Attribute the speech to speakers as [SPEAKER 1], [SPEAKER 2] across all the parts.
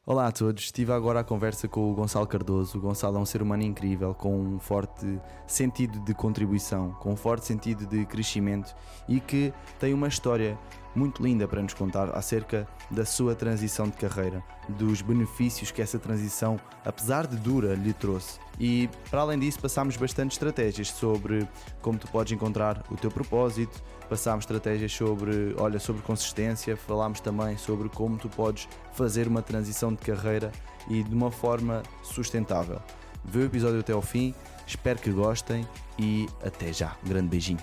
[SPEAKER 1] Olá a todos, estive agora à conversa com o Gonçalo Cardoso. O Gonçalo é um ser humano incrível, com um forte sentido de contribuição, com um forte sentido de crescimento e que tem uma história muito linda para nos contar acerca da sua transição de carreira, dos benefícios que essa transição, apesar de dura, lhe trouxe. E para além disso passámos bastante estratégias sobre como tu podes encontrar o teu propósito, passámos estratégias sobre consistência, falámos também sobre como tu podes fazer uma transição de carreira e de uma forma sustentável. Vê o episódio até ao fim, espero que gostem e até já. Um grande beijinho.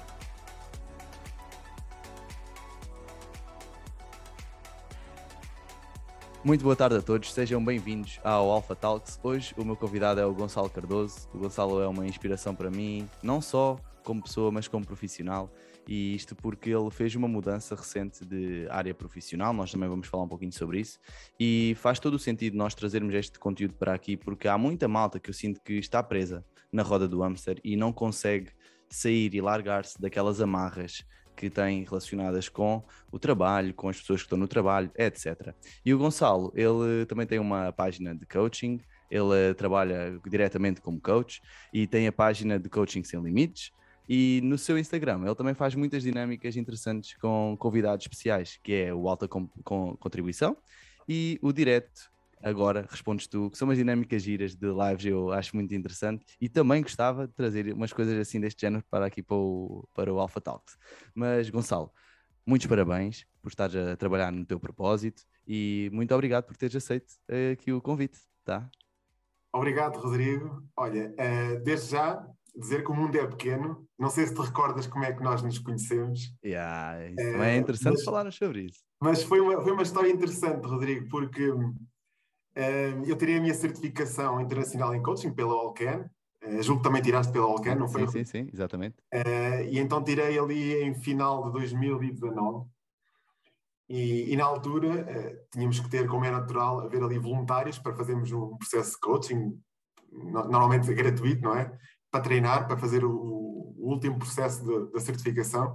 [SPEAKER 1] Muito boa tarde a todos, sejam bem-vindos ao Alpha Talks. Hoje o meu convidado é o Gonçalo Cardoso. O Gonçalo é uma inspiração para mim, não só como pessoa, mas como profissional. E isto porque ele fez uma mudança recente de área profissional, nós também vamos falar um pouquinho sobre isso. E faz todo o sentido nós trazermos este conteúdo para aqui, porque há muita malta que eu sinto que está presa na roda do hamster e não consegue sair e largar-se daquelas amarras que têm relacionadas com o trabalho, com as pessoas que estão no trabalho, etc. E o Gonçalo, ele também tem uma página de coaching, ele trabalha diretamente como coach e tem a página de Coaching Sem Limites. E no seu Instagram ele também faz muitas dinâmicas interessantes com convidados especiais, que é o Alta Contribuição e o Direto. Agora respondes tu, que são umas dinâmicas giras de lives, eu acho muito interessante e também gostava de trazer umas coisas assim deste género para aqui para o Alpha Talks. Mas Gonçalo, muitos parabéns por estares a trabalhar no teu propósito e muito obrigado por teres aceito aqui o convite, tá?
[SPEAKER 2] Obrigado, Rodrigo. Olha, desde já, dizer que o mundo é pequeno. Não sei se te recordas como é que nós nos conhecemos,
[SPEAKER 1] Isso também é interessante
[SPEAKER 2] mas,
[SPEAKER 1] falar sobre isso.
[SPEAKER 2] mas foi uma história interessante, Rodrigo, porque eu tirei a minha certificação internacional em coaching pela Allcan. Julgo que também tiraste pela Allcan,
[SPEAKER 1] Sim,
[SPEAKER 2] não foi?
[SPEAKER 1] sim, sim, sim, exatamente.
[SPEAKER 2] E então tirei ali em final de 2019. E na altura tínhamos que ter, como é natural, haver ali voluntários para fazermos um processo de coaching, normalmente gratuito, não é? Para treinar, para fazer o último processo da certificação.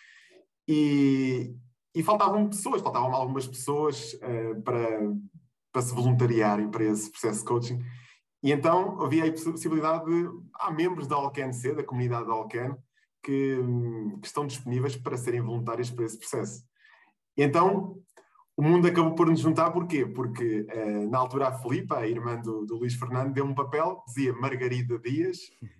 [SPEAKER 2] E, e faltavam algumas pessoas para se voluntariarem para esse processo de coaching. E então havia a possibilidade há membros da Alcan-C, da comunidade da Alcan, que estão disponíveis para serem voluntários para esse processo. E então o mundo acabou por nos juntar, porquê? Porque na altura a Filipa, a irmã do Luís Fernando, deu um papel, dizia Margarida Dias.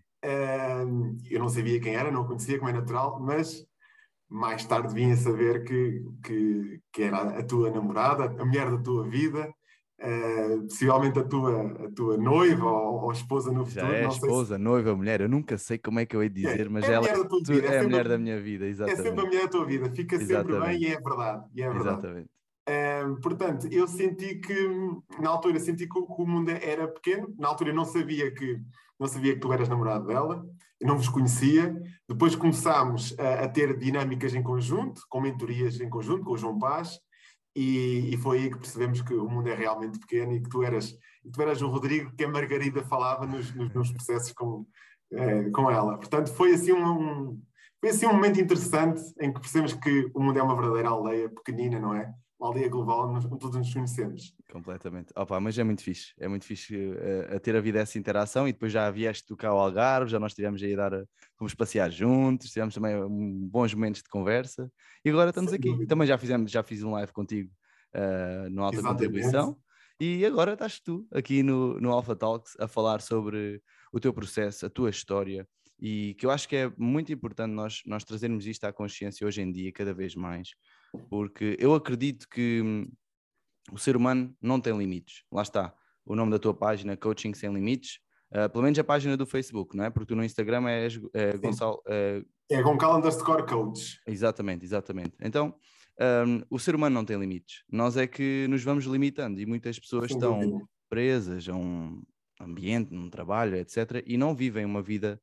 [SPEAKER 2] Eu não sabia quem era, não conhecia, como é natural, mas mais tarde vim a saber que era a tua namorada, a mulher da tua vida, possivelmente a tua noiva ou esposa no
[SPEAKER 1] Já
[SPEAKER 2] futuro,
[SPEAKER 1] é
[SPEAKER 2] não sei se
[SPEAKER 1] esposa, noiva, mulher, eu nunca sei como é que eu hei de dizer, mas
[SPEAKER 2] é a
[SPEAKER 1] ela
[SPEAKER 2] mulher da tua vida,
[SPEAKER 1] é a mulher da minha vida,
[SPEAKER 2] é sempre a
[SPEAKER 1] exatamente,
[SPEAKER 2] mulher da tua vida, fica sempre bem
[SPEAKER 1] exatamente,
[SPEAKER 2] e é verdade, e é verdade.
[SPEAKER 1] exatamente.
[SPEAKER 2] Portanto, eu senti que, na altura, senti que o mundo era pequeno. Na altura, eu não sabia que tu eras namorado dela, eu não vos conhecia. Depois começámos a ter dinâmicas em conjunto, com mentorias em conjunto, com o João Paz, e foi aí que percebemos que o mundo é realmente pequeno e que tu eras o Rodrigo que a Margarida falava nos meus processos com ela. Portanto, foi assim um momento interessante em que percebemos que o mundo é uma verdadeira aldeia pequenina, não é? Uma aldeia global onde todos nos conhecemos.
[SPEAKER 1] Completamente. Opa, mas é muito fixe a ter havido essa interação e depois já vieste tu cá ao Algarve, já nós tivemos aí fomos passear juntos, tivemos também bons momentos de conversa e agora estamos
[SPEAKER 2] Sem
[SPEAKER 1] aqui.
[SPEAKER 2] dúvida.
[SPEAKER 1] Também já fiz um live contigo no Alta
[SPEAKER 2] Exatamente.
[SPEAKER 1] Contribuição e agora estás tu aqui no Alpha Talks a falar sobre o teu processo, a tua história e que eu acho que é muito importante nós trazermos isto à consciência hoje em dia cada vez mais, porque eu acredito que o ser humano não tem limites. Lá está, o nome da tua página, Coaching Sem Limites, pelo menos a página do Facebook, não é? Porque tu no Instagram és
[SPEAKER 2] Sim.
[SPEAKER 1] Gonçalo.
[SPEAKER 2] É com Calendar Coach.
[SPEAKER 1] Exatamente, exatamente. Então, o ser humano não tem limites. Nós é que nos vamos limitando e muitas pessoas
[SPEAKER 2] Sem
[SPEAKER 1] estão
[SPEAKER 2] dúvida.
[SPEAKER 1] presas a um ambiente, num trabalho, etc. E não vivem uma vida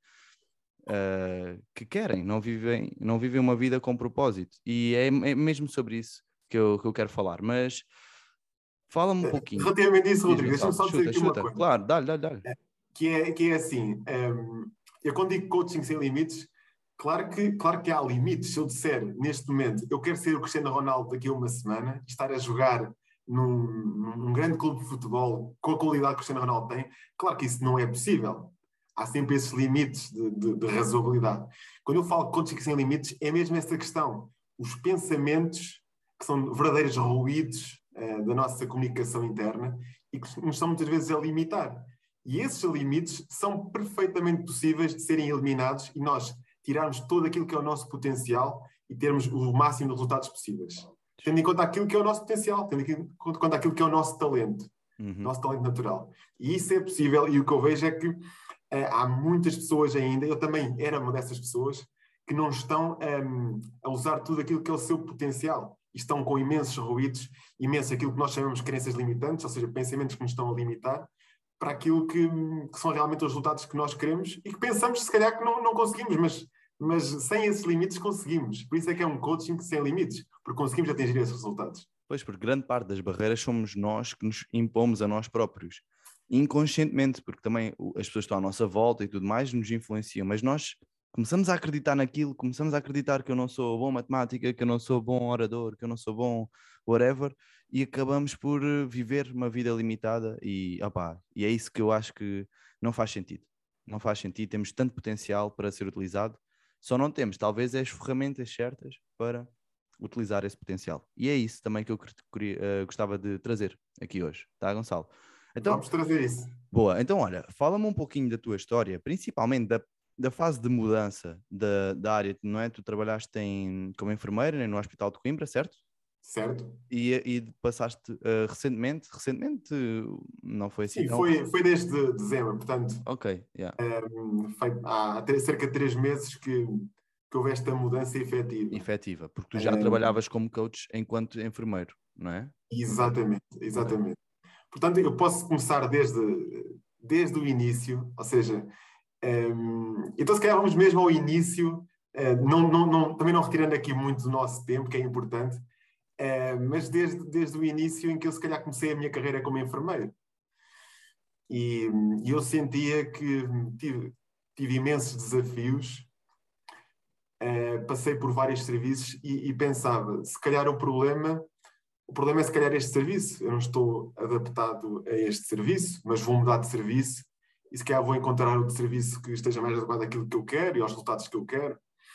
[SPEAKER 1] que querem, não vivem uma vida com propósito. E é mesmo sobre isso que eu quero falar. Mas fala-me um pouquinho.
[SPEAKER 2] Relativamente a isso,
[SPEAKER 1] Diz,
[SPEAKER 2] Rodrigo, deixa-me
[SPEAKER 1] Gonçalo,
[SPEAKER 2] só dizer
[SPEAKER 1] chuta,
[SPEAKER 2] aqui uma
[SPEAKER 1] chuta.
[SPEAKER 2] coisa.
[SPEAKER 1] Claro, dá-lhe, dá-lhe, dá-lhe.
[SPEAKER 2] Que é assim, eu quando digo coaching sem limites, claro que há limites. Se eu disser neste momento, eu quero ser o Cristiano Ronaldo daqui a uma semana, estar a jogar num grande clube de futebol com a qualidade que o Cristiano Ronaldo tem, claro que isso não é possível. Há sempre esses limites de razoabilidade. Quando eu falo de coaching sem limites, é mesmo essa questão. Os pensamentos que são verdadeiros ruídos da nossa comunicação interna e que nos estão muitas vezes a limitar. E esses limites são perfeitamente possíveis de serem eliminados e nós tirarmos todo aquilo que é o nosso potencial e termos o máximo de resultados possíveis. Tendo em conta aquilo que é o nosso potencial, tendo em conta aquilo que é o nosso talento, nosso talento natural. E isso é possível, e o que eu vejo é que há muitas pessoas ainda, eu também era uma dessas pessoas, que não estão a usar tudo aquilo que é o seu potencial. E estão com imensos ruídos, imenso aquilo que nós chamamos de crenças limitantes, ou seja, pensamentos que nos estão a limitar, para aquilo que são realmente os resultados que nós queremos e que pensamos, se calhar, que não conseguimos, mas sem esses limites conseguimos. Por isso é que é um coaching sem limites, porque conseguimos atingir esses resultados.
[SPEAKER 1] Pois, porque grande parte das barreiras somos nós que nos impomos a nós próprios, inconscientemente, porque também as pessoas estão à nossa volta e tudo mais nos influenciam, mas nós começamos a acreditar naquilo, começamos a acreditar que eu não sou bom em matemática, que eu não sou bom orador, que eu não sou bom whatever, e acabamos por viver uma vida limitada e é isso que eu acho que não faz sentido. Não faz sentido, temos tanto potencial para ser utilizado, só não temos talvez as ferramentas certas para utilizar esse potencial. E é isso também que eu gostava de trazer aqui hoje, tá, Gonçalo?
[SPEAKER 2] Então, vamos trazer isso.
[SPEAKER 1] Boa, então olha, fala-me um pouquinho da tua história, principalmente da fase de mudança da área, não é? Tu trabalhaste como enfermeira no Hospital de Coimbra, certo?
[SPEAKER 2] Certo.
[SPEAKER 1] E passaste recentemente não foi assim?
[SPEAKER 2] Sim, foi desde dezembro, portanto.
[SPEAKER 1] Ok, yeah.
[SPEAKER 2] Há cerca de 3 meses que houve esta mudança efetiva.
[SPEAKER 1] Efetiva, porque tu já trabalhavas como coach enquanto enfermeiro, não é?
[SPEAKER 2] Exatamente. Okay. Portanto, eu posso começar desde o início, ou seja, então se calhar vamos mesmo ao início, também não retirando aqui muito do nosso tempo, que é importante, mas desde o início em que eu se calhar comecei a minha carreira como enfermeiro. E eu sentia que tive imensos desafios, passei por vários serviços e pensava, se calhar o problema é se calhar este serviço, eu não estou adaptado a este serviço, mas vou mudar de serviço e se calhar vou encontrar outro serviço que esteja mais adequado àquilo que eu quero e aos resultados que eu quero.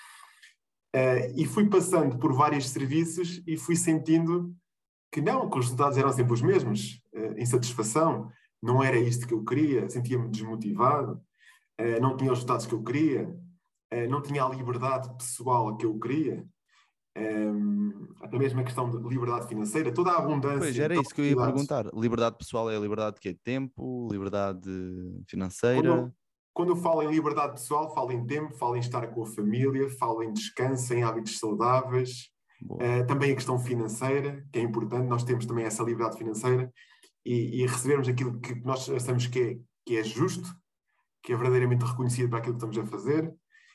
[SPEAKER 2] E fui passando por vários serviços e fui sentindo que os resultados eram sempre os mesmos, insatisfação, não era isto que eu queria, sentia-me desmotivado, não tinha os resultados que eu queria, não tinha a liberdade pessoal que eu queria, até mesmo a questão de liberdade financeira, toda a abundância.
[SPEAKER 1] Pois, era isso que eu ia perguntar. Liberdade pessoal é a liberdade de quê? Tempo, liberdade financeira?
[SPEAKER 2] Quando eu falo em liberdade pessoal, falo em tempo, falo em estar com a família, falo em descanso, em hábitos saudáveis, também a questão financeira, que é importante, nós temos também essa liberdade financeira e recebermos aquilo que nós achamos que é justo, que é verdadeiramente reconhecido para aquilo que estamos a fazer.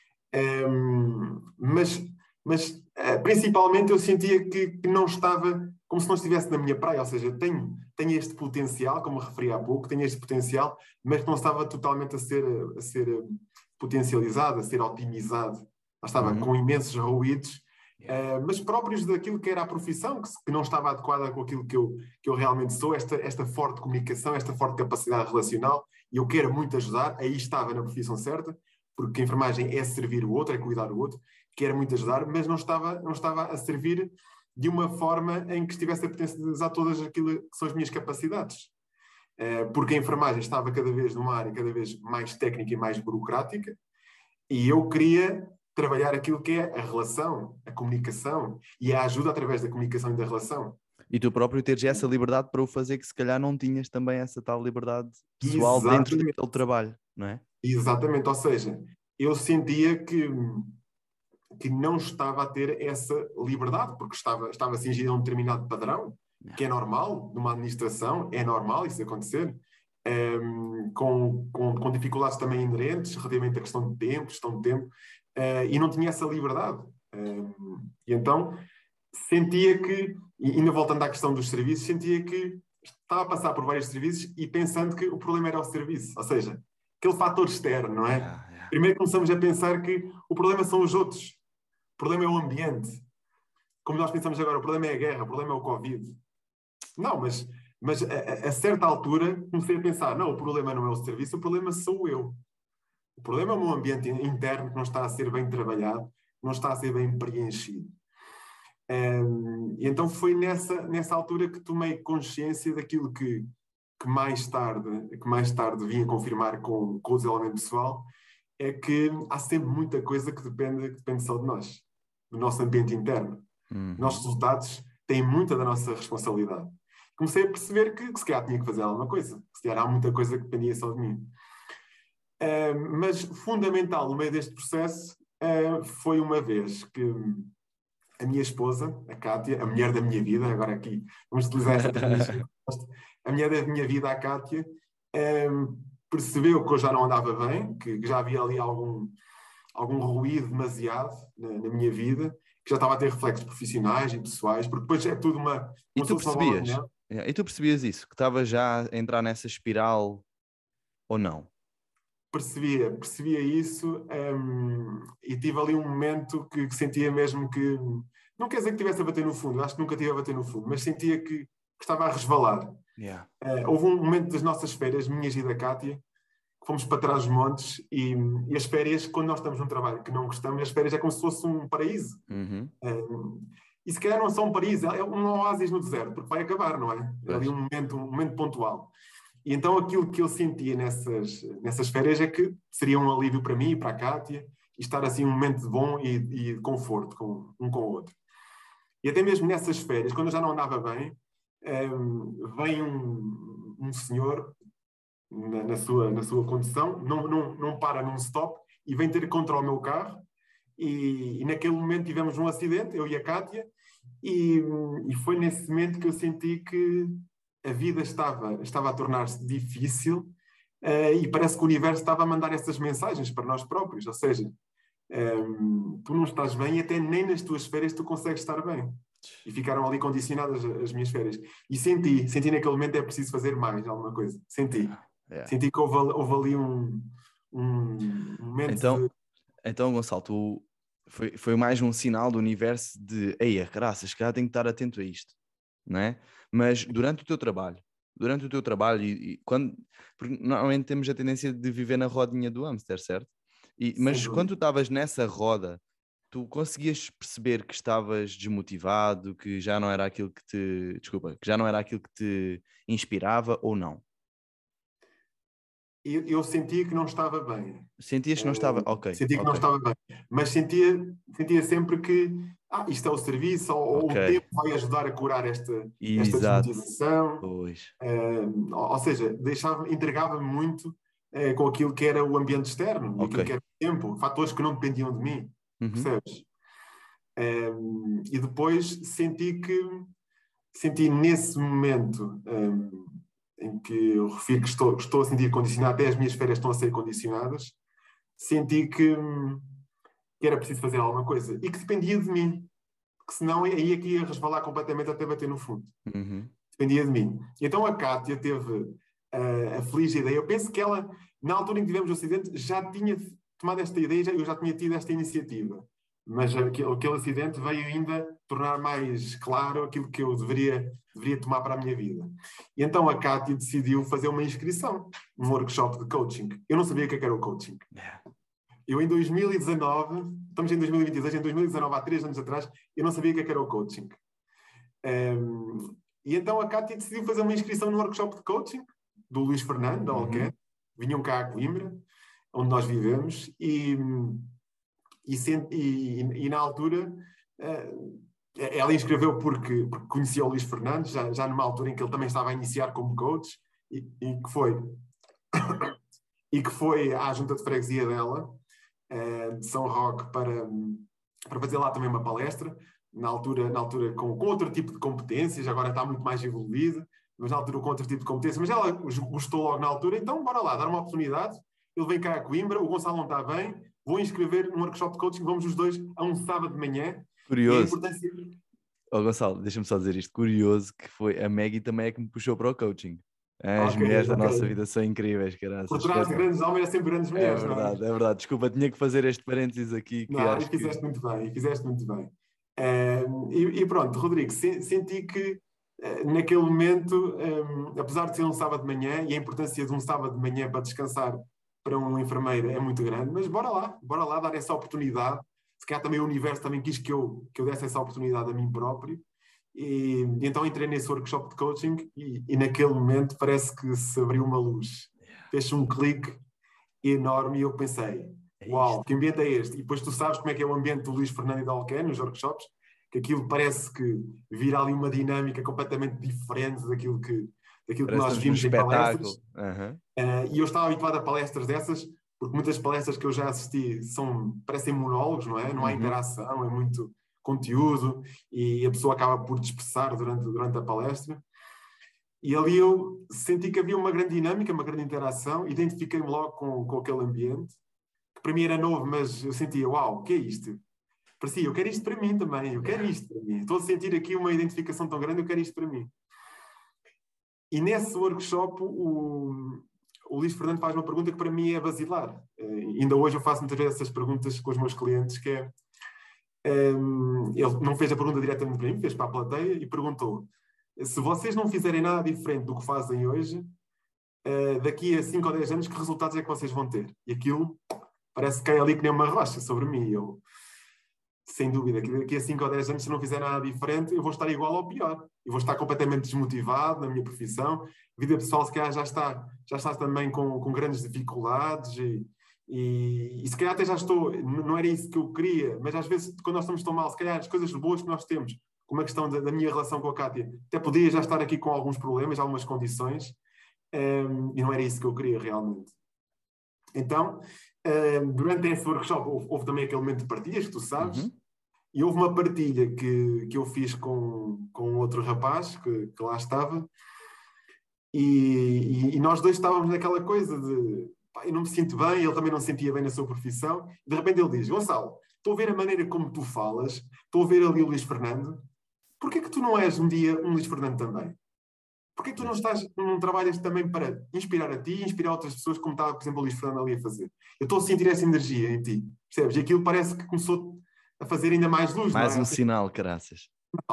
[SPEAKER 2] Mas principalmente eu sentia que não estava, como se não estivesse na minha praia, ou seja, tenho este potencial, como referi há pouco, tenho este potencial, mas que não estava totalmente a ser potencializado, a ser otimizado. Estava com imensos ruídos, mas próprios daquilo que era a profissão, que não estava adequada com aquilo que eu realmente sou, esta forte comunicação, esta forte capacidade relacional, e eu quero muito ajudar, aí estava na profissão certa, porque a enfermagem é servir o outro, é cuidar do outro, quero muito ajudar, mas não estava a servir de uma forma em que estivesse a potencializar todas aquilo que são as minhas capacidades. Porque a enfermagem estava cada vez numa área cada vez mais técnica e mais burocrática, e eu queria trabalhar aquilo que é a relação, a comunicação e a ajuda através da comunicação e da relação.
[SPEAKER 1] E tu próprio teres essa liberdade para o fazer, que se calhar não tinhas também essa tal liberdade pessoal dentro daquele trabalho, não é?
[SPEAKER 2] Exatamente, ou seja, eu sentia que não estava a ter essa liberdade, porque estava cingido a um determinado padrão, que é normal, numa administração, é normal isso acontecer, com dificuldades também inerentes relativamente à questão de tempo, gestão de tempo, e não tinha essa liberdade. E então sentia que, e ainda voltando à questão dos serviços, sentia que estava a passar por vários serviços e pensando que o problema era o serviço, ou seja, aquele fator externo, não é? Primeiro começamos a pensar que o problema são os outros, o problema é o ambiente. Como nós pensamos agora, o problema é a guerra, o problema é o Covid. Não, mas a certa altura comecei a pensar, não, o problema não é o serviço, o problema sou eu. O problema é o meu ambiente interno que não está a ser bem trabalhado, não está a ser bem preenchido. E então foi nessa altura que tomei consciência daquilo que mais tarde vim a confirmar com o desenvolvimento pessoal, é que há sempre muita coisa que depende só de nós, do nosso ambiente interno. Nossos resultados têm muita da nossa responsabilidade. Comecei a perceber que se calhar tinha que fazer alguma coisa, que se calhar há muita coisa que dependia só de mim. Mas fundamental no meio deste processo foi uma vez que a minha esposa, a Kátia, a mulher da minha vida, agora aqui vamos utilizar esta terminologia, a mulher da minha vida, a Kátia, percebeu que eu já não andava bem, que já havia ali algum ruído demasiado na minha vida, que já estava a ter reflexos profissionais e pessoais, porque depois é tudo uma
[SPEAKER 1] E tu percebias? E tu percebias isso? Que estava já a entrar nessa espiral ou não?
[SPEAKER 2] Percebia isso, e tive ali um momento que sentia mesmo que, não quer dizer que estivesse a bater no fundo, acho que nunca estive a bater no fundo, mas sentia que estava a resvalar.
[SPEAKER 1] Yeah.
[SPEAKER 2] Houve um momento das nossas férias, minhas e da Kátia, que fomos para trás dos montes e as férias, quando nós estamos num trabalho que não gostamos, as férias é como se fosse um paraíso. E se calhar não é só um paraíso, é um oásis no deserto, porque vai acabar, não é? É ali um momento pontual. E então aquilo que eu sentia nessas férias é que seria um alívio para mim e para a Kátia, e estar assim um momento de bom e de conforto um com o outro. E até mesmo nessas férias, quando eu já não andava bem, vem um senhor na sua condução, não para num stop e vem ter contra o meu carro, e naquele momento tivemos um acidente, eu e a Kátia, e foi nesse momento que eu senti que a vida estava a tornar-se difícil, e parece que o universo estava a mandar essas mensagens para nós próprios, ou seja, tu não estás bem e até nem nas tuas férias tu consegues estar bem. E ficaram ali condicionadas as minhas férias. E senti naquele momento é preciso fazer mais alguma coisa. Senti que houve ali um momento
[SPEAKER 1] Então, Gonçalo, foi mais um sinal do universo de ei, caraças, cara, tenho que estar atento a isto, não é? Mas durante o teu trabalho e quando, porque normalmente temos a tendência de viver na rodinha do hamster, certo? Mas quando tu estavas nessa roda, tu conseguias perceber que estavas desmotivado, que já não era aquilo que te inspirava ou não?
[SPEAKER 2] Eu sentia que não estava bem.
[SPEAKER 1] Sentias que não estava? Ok.
[SPEAKER 2] Sentia que não estava bem. Mas sentia sempre que isto é o serviço, ou o tempo vai ajudar a curar esta desmotivação.
[SPEAKER 1] Pois.
[SPEAKER 2] Ou seja, entregava-me muito com aquilo que era o ambiente externo, e aquilo que era o tempo, fatores que não dependiam de mim. Percebes? E depois senti nesse momento em que eu refiro que estou a sentir condicionado, até as minhas férias estão a ser condicionadas, senti que era preciso fazer alguma coisa e que dependia de mim, que senão aí aqui ia resvalar completamente até bater no fundo. Dependia de mim. E então a Kátia teve a feliz ideia, eu penso que ela, na altura em que tivemos o acidente, já tinha tomado esta ideia, eu já tinha tido esta iniciativa. Mas aquele acidente veio ainda tornar mais claro aquilo que eu deveria tomar para a minha vida. E então a Kátia decidiu fazer uma inscrição num workshop de coaching. Eu não sabia o que era o coaching. Eu em 2019, estamos em 2022, em 2019, há 3 anos atrás, eu não sabia o que era o coaching. E então a Kátia decidiu fazer uma inscrição num workshop de coaching do Luís Fernando, da Alquer. Vinham cá a Coimbra, onde nós vivemos, e na altura ela inscreveu porque conhecia o Luís Fernandes, já numa altura em que ele também estava a iniciar como coach, e que foi à junta de freguesia dela, de São Roque, para fazer lá também uma palestra, na altura com outro tipo de competências, agora está muito mais evoluído, mas na altura com outro tipo de competências, mas ela gostou logo na altura, então bora lá, dar uma oportunidade. Ele vem cá a Coimbra, o Gonçalo não está bem, vou inscrever num workshop de coaching, vamos os dois a um sábado de manhã.
[SPEAKER 1] Curioso. Gonçalo, deixa-me só dizer isto. Curioso que foi a Maggie também é que me puxou para o coaching. As mulheres da nossa vida são incríveis, caralho.
[SPEAKER 2] Por trás de grandes homens é sempre grandes mulheres,
[SPEAKER 1] não é? É verdade. Desculpa, tinha que fazer este parênteses aqui.
[SPEAKER 2] Fizeste muito bem. E pronto, Rodrigo, senti que naquele momento, apesar de ser um sábado de manhã, e a importância de um sábado de manhã para descansar para um enfermeiro é muito grande, mas bora lá dar essa oportunidade. Se calhar também o universo também quis que eu desse essa oportunidade a mim próprio. E então entrei nesse workshop de coaching e naquele momento parece que se abriu uma luz. Fez um clique enorme e eu pensei, uau, que ambiente é este? E depois tu sabes como é que é o ambiente do Luís Fernando e da Alqué nos workshops, que aquilo parece que vira ali uma dinâmica completamente diferente daquilo que nós vimos em palestras. E eu estava habituado a palestras dessas, porque muitas palestras que eu já assisti parecem monólogos, não é? Não há interação, é muito conteúdo e a pessoa acaba por dispersar durante a palestra. E ali eu senti que havia uma grande dinâmica, uma grande interação, identifiquei-me logo com aquele ambiente, que para mim era novo, mas eu sentia, uau, o que é isto? Parecia, eu quero isto para mim também, eu quero isto para mim. Estou a sentir aqui uma identificação tão grande, eu quero isto para mim. E nesse workshop, o Luís Fernando faz uma pergunta que para mim é basilar. Ainda hoje eu faço muitas vezes essas perguntas com os meus clientes, que é... ele não fez a pergunta diretamente para mim, fez para a plateia e perguntou: se vocês não fizerem nada diferente do que fazem hoje, daqui a 5 ou 10 anos, que resultados é que vocês vão ter? E aquilo parece que cai ali que nem uma rocha sobre mim. Eu, sem dúvida, que daqui a 5 ou 10 anos, se não fizer nada diferente, eu vou estar igual ou pior. Eu vou estar completamente desmotivado na minha profissão. A vida pessoal, se calhar, já está também com grandes dificuldades e se calhar até já estou... Não era isso que eu queria, mas às vezes, quando nós estamos tão mal, se calhar as coisas boas que nós temos, como a questão da minha relação com a Kátia, até podia já estar aqui com alguns problemas, algumas condições, e não era isso que eu queria realmente. Então, durante esse workshop houve também aquele momento de partilhas, que tu sabes, e houve uma partilha que eu fiz com outro rapaz que lá estava, e nós dois estávamos naquela coisa de, pá, eu não me sinto bem, ele também não se sentia bem na sua profissão, e de repente ele diz: Gonçalo, estou a ver a maneira como tu falas, estou a ver ali o Luís Fernando, porquê que tu não és um dia um Luís Fernando também? Porquê que tu não trabalhas também para inspirar a ti e inspirar outras pessoas, como estava, por exemplo, o Luís Fernando ali a fazer? Eu estou a sentir essa energia em ti, percebes? E aquilo parece que começou a fazer ainda mais luz.
[SPEAKER 1] Mais um sinal, caraças.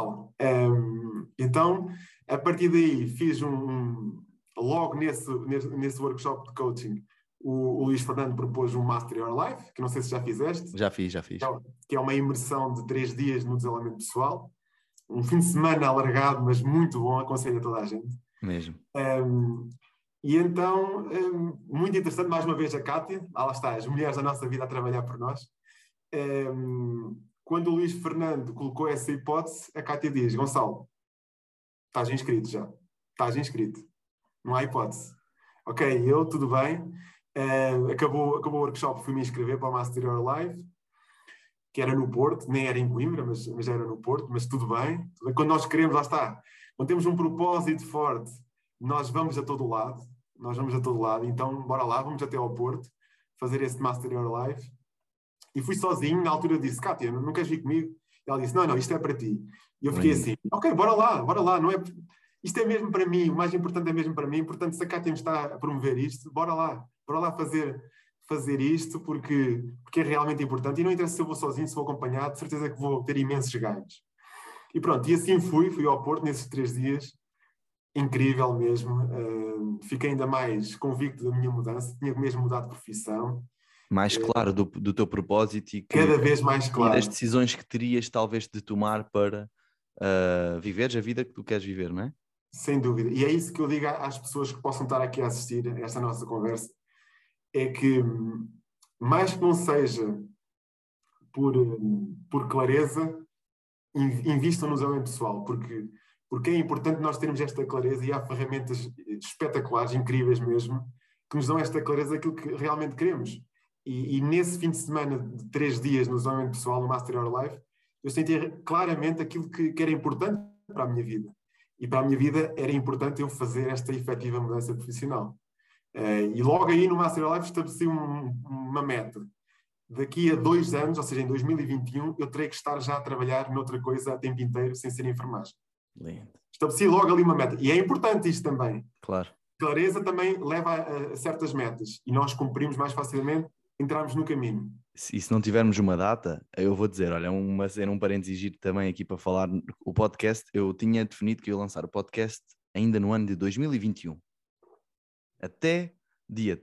[SPEAKER 2] Então, a partir daí, fiz logo nesse workshop de coaching, o Luís Fernando propôs um Master Your Life, que não sei se já fizeste.
[SPEAKER 1] Já fiz.
[SPEAKER 2] Que é uma imersão de 3 dias no desenvolvimento pessoal. Um fim de semana alargado, mas muito bom, aconselho a toda a gente.
[SPEAKER 1] Mesmo.
[SPEAKER 2] E então, muito interessante, mais uma vez a Kátia, lá está, as mulheres da nossa vida a trabalhar por nós. Quando o Luís Fernando colocou essa hipótese, a Kátia diz: Gonçalo, estás inscrito já. Estás inscrito. Não há hipótese. Ok, tudo bem. Acabou o workshop, fui-me inscrever para o Master Your Life, que era no Porto, nem era em Coimbra, mas era no Porto, mas tudo bem. Quando nós queremos, lá está. Quando temos um propósito forte, nós vamos a todo lado. Então, bora lá, vamos até ao Porto, fazer esse Master Your Life. E fui sozinho, na altura disse: Kátia, não queres vir comigo? E ela disse: não, isto é para ti. E eu fiquei assim: ok, bora lá, não é... Isto é mesmo para mim, o mais importante é mesmo para mim, portanto, se a Kátia me está a promover isto, bora lá fazer isto, porque é realmente importante. E não interessa se eu vou sozinho, se vou acompanhado, de certeza que vou ter imensos ganhos. E pronto, e assim fui ao Porto nesses 3 dias, incrível mesmo. Fiquei ainda mais convicto da minha mudança, tinha mesmo mudado de profissão.
[SPEAKER 1] Mais claro do teu propósito e
[SPEAKER 2] cada vez mais claro.
[SPEAKER 1] E das decisões que terias talvez de tomar para viveres a vida que tu queres viver, não é?
[SPEAKER 2] Sem dúvida. E é isso que eu digo às pessoas que possam estar aqui a assistir a esta nossa conversa, é que, mais que não seja por clareza, invistam no desenvolvimento pessoal, porque é importante nós termos esta clareza e há ferramentas espetaculares, incríveis mesmo, que nos dão esta clareza daquilo que realmente queremos. E nesse fim de semana de 3 dias no desenvolvimento pessoal, no Master Your Life, eu sentia claramente aquilo que era importante para a minha vida. E para a minha vida era importante eu fazer esta efetiva mudança profissional. E logo aí no Master Your Life estabeleci uma meta. Daqui a 2 anos, ou seja, em 2021, eu terei que estar já a trabalhar noutra coisa a tempo inteiro, sem ser enfermagem.
[SPEAKER 1] Lindo.
[SPEAKER 2] Estabeleci logo ali uma meta. E é importante isto também.
[SPEAKER 1] Claro.
[SPEAKER 2] Clareza também leva a certas metas. E nós cumprimos mais facilmente entrarmos no caminho.
[SPEAKER 1] Se não tivermos uma data, eu vou dizer, olha, um parênteses giro também aqui para falar, o podcast, eu tinha definido que eu ia lançar o podcast ainda no ano de 2021. Até dia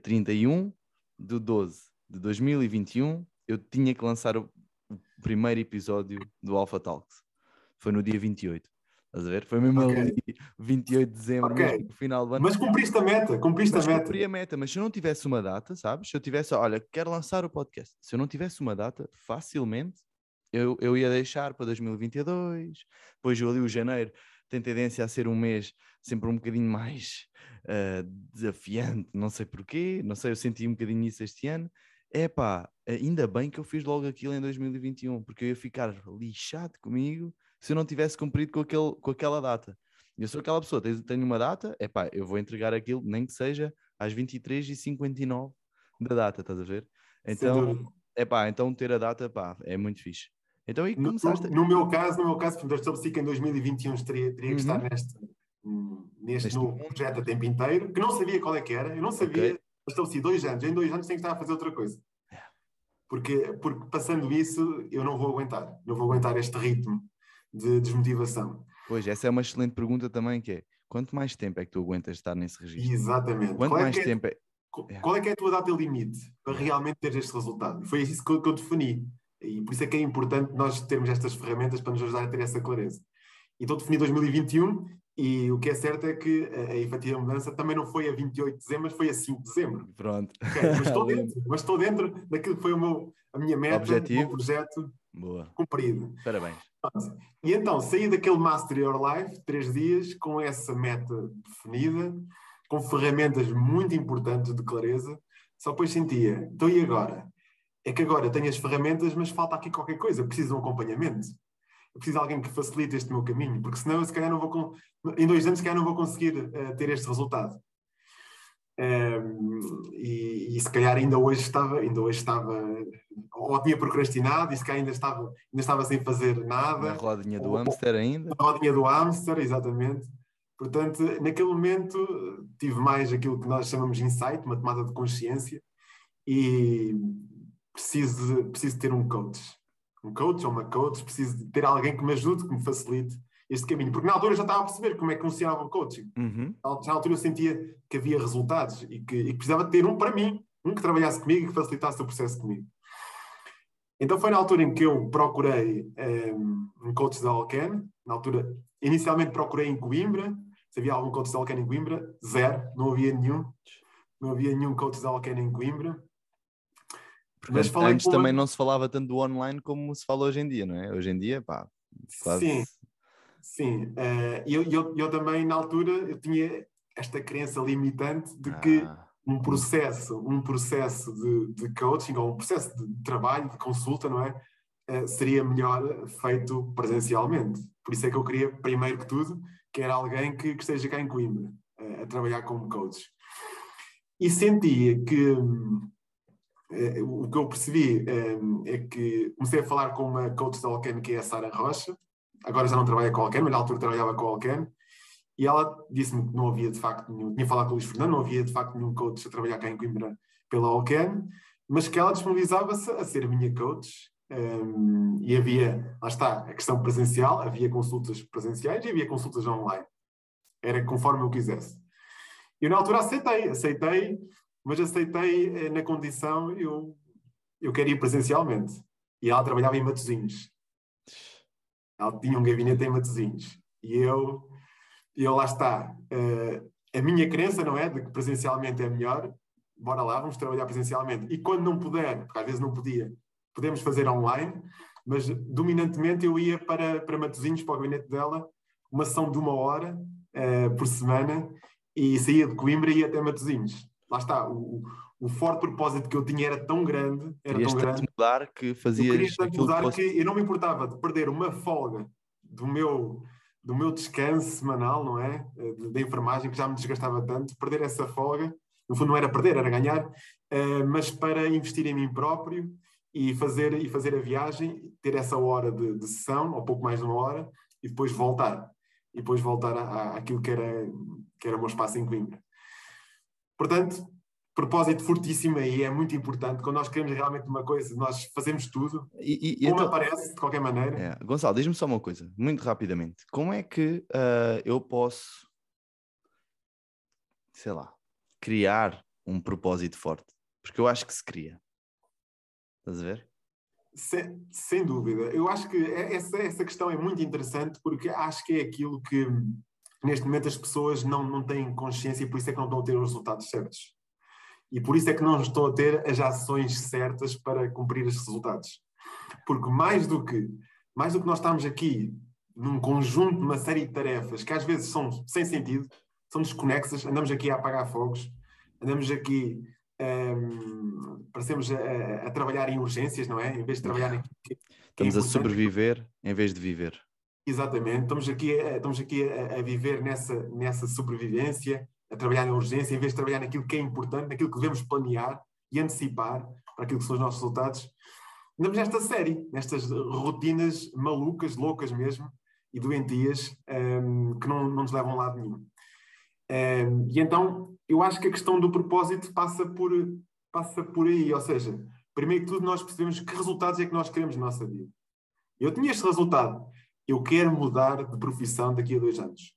[SPEAKER 1] 31/12/2021, eu tinha que lançar o primeiro episódio do Alpha Talks. Foi no dia 28. Estás a ver? Foi mesmo
[SPEAKER 2] Ok.
[SPEAKER 1] ali, 28 de dezembro,
[SPEAKER 2] Ok.
[SPEAKER 1] mesmo no final do ano.
[SPEAKER 2] Mas cumpriste a meta, cumpriste a
[SPEAKER 1] Mas
[SPEAKER 2] meta.
[SPEAKER 1] cumpri a meta, mas se eu não tivesse uma data, sabes? Se eu tivesse, olha, quero lançar o podcast. Se eu não tivesse uma data, facilmente eu ia deixar para 2022. Depois ali o janeiro tem tendência a ser um mês sempre um bocadinho mais desafiante, não sei porquê, não sei, eu senti um bocadinho isso este ano. Epá, ainda bem que eu fiz logo aquilo em 2021, porque eu ia ficar lixado comigo se eu não tivesse cumprido com aquela data. Eu sou aquela pessoa, tenho uma data, epá, eu vou entregar aquilo, nem que seja às 23h59 da data, estás a ver?
[SPEAKER 2] Sem
[SPEAKER 1] Então,
[SPEAKER 2] dúvida.
[SPEAKER 1] epá, então ter a data, pá, é muito fixe. Então aí
[SPEAKER 2] No,
[SPEAKER 1] começaste
[SPEAKER 2] no, no meu caso, portanto, eu estabeleci que em 2021 teria que estar
[SPEAKER 1] uhum,
[SPEAKER 2] neste
[SPEAKER 1] neste
[SPEAKER 2] novo
[SPEAKER 1] mundo,
[SPEAKER 2] projeto a tempo inteiro, que não sabia qual é que era, eu não
[SPEAKER 1] ok?
[SPEAKER 2] sabia, eu estabeleci 2 anos, em 2 anos tenho que estar a fazer outra coisa. Porque passando isso, eu não vou aguentar este ritmo de desmotivação.
[SPEAKER 1] Pois, essa é uma excelente pergunta também, que é, quanto mais tempo é que tu aguentas estar nesse registro?
[SPEAKER 2] Exatamente.
[SPEAKER 1] Quanto mais tempo é... É,
[SPEAKER 2] Qual é que é a tua data limite para
[SPEAKER 1] yeah.
[SPEAKER 2] realmente ter este resultado? E foi isso que eu defini. E por isso é que é importante nós termos estas ferramentas para nos ajudar a ter essa clareza. Então defini 2021 e o que é certo é que a efetiva mudança também não foi a 28 de dezembro, mas foi a 5 de dezembro.
[SPEAKER 1] Pronto.
[SPEAKER 2] Ok,
[SPEAKER 1] Lindo.
[SPEAKER 2] mas estou dentro daquilo que foi a minha meta, o meu
[SPEAKER 1] Objetivo?
[SPEAKER 2] projeto
[SPEAKER 1] Boa.
[SPEAKER 2] cumprido.
[SPEAKER 1] Parabéns.
[SPEAKER 2] E então saí daquele Master Your Life, 3 dias, com essa meta definida, com ferramentas muito importantes de clareza, só depois sentia, então e agora? É que agora tenho as ferramentas, mas falta aqui qualquer coisa, eu preciso de um acompanhamento. Eu preciso de alguém que facilite este meu caminho, porque senão eu se calhar não vou, em 2 anos se calhar não vou conseguir ter este resultado. E se calhar ainda hoje estava, ou tinha procrastinado, e se calhar ainda estava sem fazer
[SPEAKER 1] Na
[SPEAKER 2] nada,
[SPEAKER 1] rodinha do
[SPEAKER 2] ou
[SPEAKER 1] hamster ainda?
[SPEAKER 2] na rodinha do hamster, exatamente. Portanto, naquele momento tive mais aquilo que nós chamamos de insight, uma tomada de consciência, e preciso ter um coach ou uma coach, preciso de ter alguém que me ajude, que me facilite este caminho, porque na altura eu já estava a perceber como é que funcionava o coaching.
[SPEAKER 1] Uhum.
[SPEAKER 2] Na altura eu sentia que havia resultados e que precisava ter um para mim, um que trabalhasse comigo e que facilitasse o processo comigo. Então foi na altura em que eu procurei um coach da Alken. Na altura, inicialmente procurei em Coimbra. Se havia algum coach da Alken em Coimbra, zero, não havia nenhum. Não havia nenhum coach da Alken em Coimbra.
[SPEAKER 1] Porque
[SPEAKER 2] Mas falei
[SPEAKER 1] antes
[SPEAKER 2] com uma...
[SPEAKER 1] também não se falava tanto do online como se fala hoje em dia, não é? Hoje em dia, pá, quase.
[SPEAKER 2] Sim, sim. Eu também, na altura, eu tinha esta crença limitante de que
[SPEAKER 1] Ah,
[SPEAKER 2] um processo de coaching ou um processo de trabalho, de consulta, não é? Seria melhor feito presencialmente. Por isso é que eu queria, primeiro que tudo, que era alguém que esteja cá em Coimbra, a trabalhar como coach. E sentia que o que eu percebi é que comecei a falar com uma coach da Alken, que é a Sara Rocha. Agora já não trabalha com a Alken, mas na altura trabalhava com a Alken. E ela disse-me que não havia de facto nenhum, tinha falado com o Luís Fernando, não havia de facto nenhum coach a trabalhar cá em Coimbra pela Alken, mas que ela disponibilizava-se a ser minha coach. E havia, lá está, a questão presencial, havia consultas presenciais e havia consultas online. Era conforme eu quisesse. Eu na altura aceitei, mas aceitei na condição eu quero ir presencialmente. E ela trabalhava em Matosinhos. Ela tinha um gabinete em Matosinhos. E eu lá está. A minha crença, não é? De que presencialmente é melhor. Bora lá, vamos trabalhar presencialmente. E quando não puder, porque às vezes não podia, podemos fazer online, mas dominantemente eu ia para Matosinhos, para o gabinete dela, uma sessão de 1 hora por semana, e saía de Coimbra e ia até Matosinhos. Lá está, o forte propósito que eu tinha era tão grande,
[SPEAKER 1] querias tanto mudar que
[SPEAKER 2] eu queria
[SPEAKER 1] fazias
[SPEAKER 2] tanto
[SPEAKER 1] aquilo que
[SPEAKER 2] mudar que
[SPEAKER 1] fosse.
[SPEAKER 2] eu não me importava de perder uma folga do meu descanso semanal, não é? Da enfermagem, que já me desgastava tanto, perder essa folga, no fundo não era perder, era ganhar, mas para investir em mim próprio e fazer a viagem, ter essa hora de sessão, ou pouco mais de 1 hora, e depois voltar. E depois voltar àquilo que era o meu espaço em Coimbra. Portanto, Propósito fortíssimo aí, é muito importante. Quando nós queremos realmente uma coisa, nós fazemos tudo, como
[SPEAKER 1] Então,
[SPEAKER 2] aparece, de qualquer maneira.
[SPEAKER 1] Gonçalo, diz-me só uma coisa, muito rapidamente. Como é que eu posso, sei lá, criar um propósito forte? Porque eu acho que se cria. Estás a ver?
[SPEAKER 2] Sem dúvida. Eu acho que essa questão é muito interessante porque acho que é aquilo que neste momento as pessoas não têm consciência e por isso é que não estão a ter os resultados certos. E por isso é que não estão a ter as ações certas para cumprir esses resultados. Porque mais do que nós estamos aqui num conjunto, numa série de tarefas que às vezes são sem sentido, são desconexas, andamos aqui a apagar fogos, andamos aqui parecemos a trabalhar em urgências, não é? Em vez de trabalhar naquilo que é
[SPEAKER 1] Estamos a
[SPEAKER 2] importante.
[SPEAKER 1] sobreviver em vez de viver.
[SPEAKER 2] Exatamente, estamos aqui a viver nessa sobrevivência, a trabalhar na urgência, em vez de trabalhar naquilo que é importante, naquilo que devemos planear e antecipar para aquilo que são os nossos resultados. Andamos nesta série, nestas rotinas malucas, loucas mesmo, e doentias, que não nos levam a lado nenhum. E então, eu acho que a questão do propósito passa por aí, ou seja, primeiro que tudo nós percebemos que resultados é que nós queremos na nossa vida. Eu tinha este resultado, eu quero mudar de profissão daqui a 2 anos.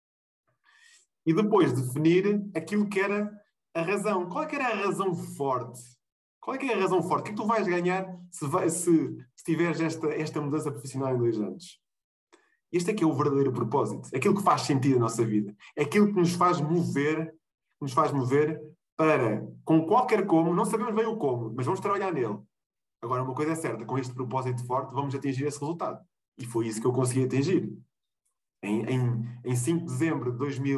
[SPEAKER 2] E depois definir aquilo que era a razão. Qual é que era a razão forte? Qual é que é a razão forte? O que é que tu vais ganhar se tiveres esta mudança profissional em 2 anos? Este é que é o verdadeiro propósito. É aquilo que faz sentido na nossa vida. É aquilo que nos faz mover para, com qualquer como, não sabemos bem o como, mas vamos trabalhar nele. Agora, uma coisa é certa, com este propósito forte, vamos atingir esse resultado. E foi isso que eu consegui atingir. Em 5 de dezembro de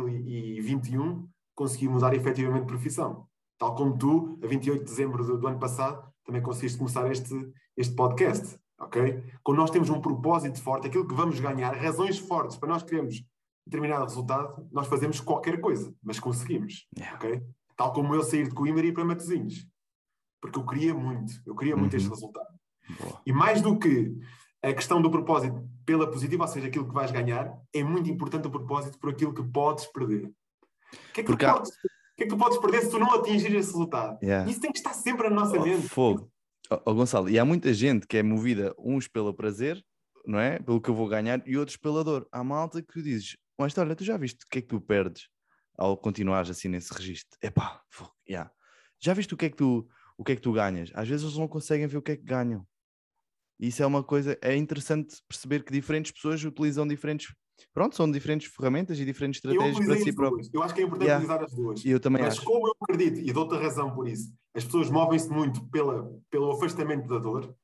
[SPEAKER 2] 2021, consegui mudar efetivamente de profissão. Tal como tu, a 28 de dezembro do ano passado, também conseguiste começar este podcast. Okay? Quando nós temos um propósito forte, aquilo que vamos ganhar, razões fortes para nós queremos determinado resultado, nós fazemos qualquer coisa, mas conseguimos. Okay? Tal como eu sair de Coimbra e ir para Matosinhos. Porque eu queria muito este resultado.
[SPEAKER 1] Boa.
[SPEAKER 2] E mais do que a questão do propósito pela positiva, ou seja, aquilo que vais ganhar, é muito importante o propósito por aquilo que podes perder. O que é que tu podes perder se tu não atingires esse resultado?
[SPEAKER 1] Yeah.
[SPEAKER 2] Isso tem que estar sempre na nossa mente.
[SPEAKER 1] Fogo. Gonçalo, e há muita gente que é movida, uns pelo prazer, não é? Pelo que eu vou ganhar, e outros pela dor. Há malta que dizes, mas olha, tu já viste o que é que tu perdes ao continuares assim nesse registro? Epá, fogo, yeah. Já viste o que é que tu ganhas? Às vezes eles não conseguem ver o que é que ganham. E isso é uma coisa, é interessante perceber que diferentes pessoas utilizam são diferentes ferramentas e diferentes estratégias para si próprios.
[SPEAKER 2] Eu acho que é importante utilizar as duas.
[SPEAKER 1] E eu também
[SPEAKER 2] Mas
[SPEAKER 1] acho.
[SPEAKER 2] como eu acredito, e dou-te a razão por isso, as pessoas movem-se muito pelo afastamento da dor,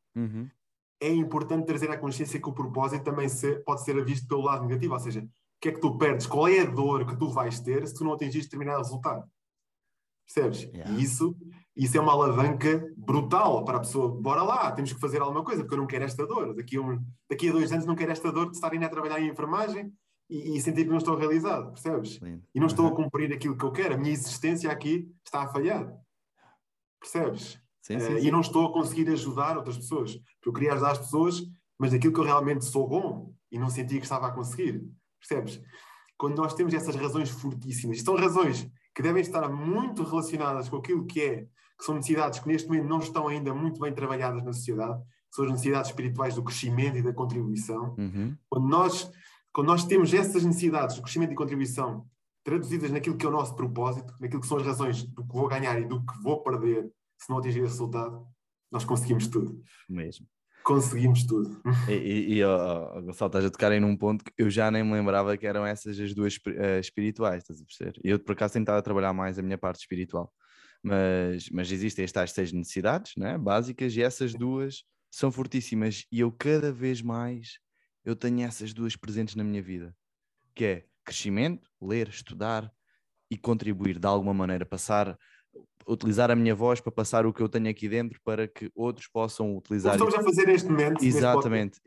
[SPEAKER 2] é importante trazer à consciência que o propósito também pode ser visto pelo lado negativo, ou seja, o que é que tu perdes, qual é a dor que tu vais ter se tu não atingires determinado resultado. Percebes?
[SPEAKER 1] Yeah.
[SPEAKER 2] E isso é uma alavanca brutal para a pessoa. Bora lá, temos que fazer alguma coisa, porque eu não quero esta dor. Daqui a 2 anos não quero esta dor de estar ainda a trabalhar em enfermagem e sentir que não estou realizado, percebes?
[SPEAKER 1] Lindo.
[SPEAKER 2] E não estou a cumprir aquilo que eu quero. A minha existência aqui está a falhar. Percebes?
[SPEAKER 1] Sim.
[SPEAKER 2] E não estou a conseguir ajudar outras pessoas. Porque eu queria ajudar as pessoas, mas daquilo que eu realmente sou bom e não sentia que estava a conseguir. Percebes? Quando nós temos essas razões fortíssimas, e são razões que devem estar muito relacionadas com aquilo que são necessidades que neste momento não estão ainda muito bem trabalhadas na sociedade, que são as necessidades espirituais do crescimento e da contribuição. Quando nós temos essas necessidades do crescimento e contribuição traduzidas naquilo que é o nosso propósito, naquilo que são as razões do que vou ganhar e do que vou perder se não atingir esse resultado, nós conseguimos tudo.
[SPEAKER 1] Mesmo.
[SPEAKER 2] Conseguimos tudo.
[SPEAKER 1] Gonçalo, estás a tocar aí num ponto que eu já nem me lembrava que eram essas as duas espirituais, estás a perceber? Eu, por acaso, tenho estado a trabalhar mais a minha parte espiritual, mas existem estas 6 necessidades, né, básicas, e essas duas são fortíssimas, e eu cada vez mais eu tenho essas duas presentes na minha vida, que é crescimento, ler, estudar e contribuir de alguma maneira, utilizar a minha voz para passar o que eu tenho aqui dentro para que outros possam utilizar.
[SPEAKER 2] Como estamos a fazer neste momento.
[SPEAKER 1] Exatamente.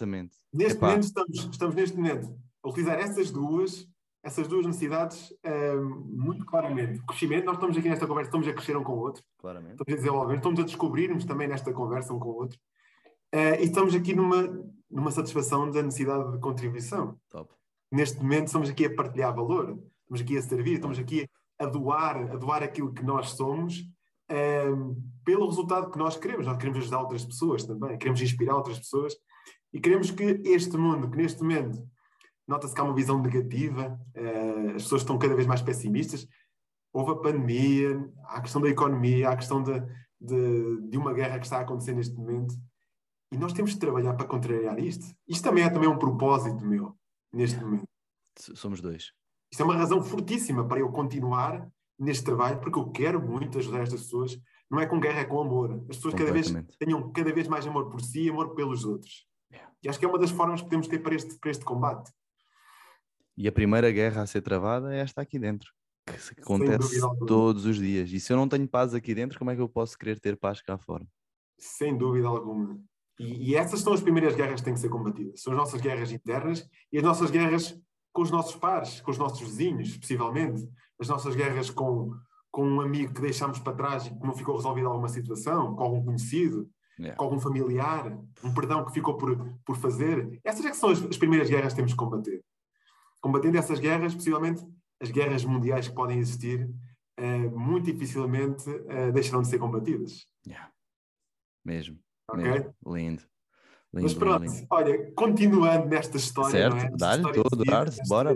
[SPEAKER 2] Estamos neste momento a utilizar essas duas necessidades muito claramente. O crescimento, nós estamos aqui nesta conversa, estamos a crescer um com o outro.
[SPEAKER 1] Claramente.
[SPEAKER 2] Estamos a desenvolver, estamos a descobrir-nos também nesta conversa um com o outro. E estamos aqui numa satisfação da necessidade de contribuição.
[SPEAKER 1] Top.
[SPEAKER 2] Neste momento estamos aqui a partilhar valor, estamos aqui a servir, estamos aqui a doar aquilo que nós somos, pelo resultado que nós queremos. Nós queremos ajudar outras pessoas também, queremos inspirar outras pessoas e queremos que este mundo, que neste momento nota-se que há uma visão negativa, as pessoas estão cada vez mais pessimistas. Houve a pandemia, há a questão da economia, há a questão de uma guerra que está a acontecer neste momento. E nós temos de trabalhar para contrariar isto. Isto também é um propósito meu, neste momento.
[SPEAKER 1] Somos dois.
[SPEAKER 2] Isto é uma razão fortíssima para eu continuar neste trabalho, porque eu quero muito ajudar estas pessoas. Não é com guerra, é com amor. As pessoas tenham cada vez mais amor por si e amor pelos outros. E acho que é uma das formas que podemos ter para este combate.
[SPEAKER 1] E a primeira guerra a ser travada é esta aqui dentro, que acontece todos os dias. E se eu não tenho paz aqui dentro, como é que eu posso querer ter paz cá fora?
[SPEAKER 2] Sem dúvida alguma. E essas são as primeiras guerras que têm que ser combatidas. São as nossas guerras internas e as nossas guerras com os nossos pares, com os nossos vizinhos, possivelmente. As nossas guerras com um amigo que deixámos para trás e que não ficou resolvida alguma situação, com algum conhecido, com algum familiar, um perdão que ficou por fazer. Essas é que são as primeiras guerras que temos que combater. Combatendo essas guerras, possivelmente as guerras mundiais que podem existir, muito dificilmente deixarão de ser combatidas.
[SPEAKER 1] Mesmo.
[SPEAKER 2] Ok?
[SPEAKER 1] Mesmo. Lindo.
[SPEAKER 2] Mas pronto, lindo. Olha, continuando nesta história,
[SPEAKER 1] certo,
[SPEAKER 2] não é?
[SPEAKER 1] Dá-lhe, estou a adorar-te, bora.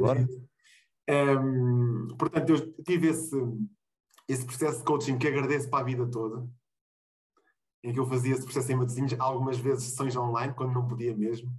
[SPEAKER 2] Portanto, eu tive esse processo de coaching que agradeço para a vida toda, em que eu fazia esse processo em Matosinhos, algumas vezes sessões online, quando não podia mesmo.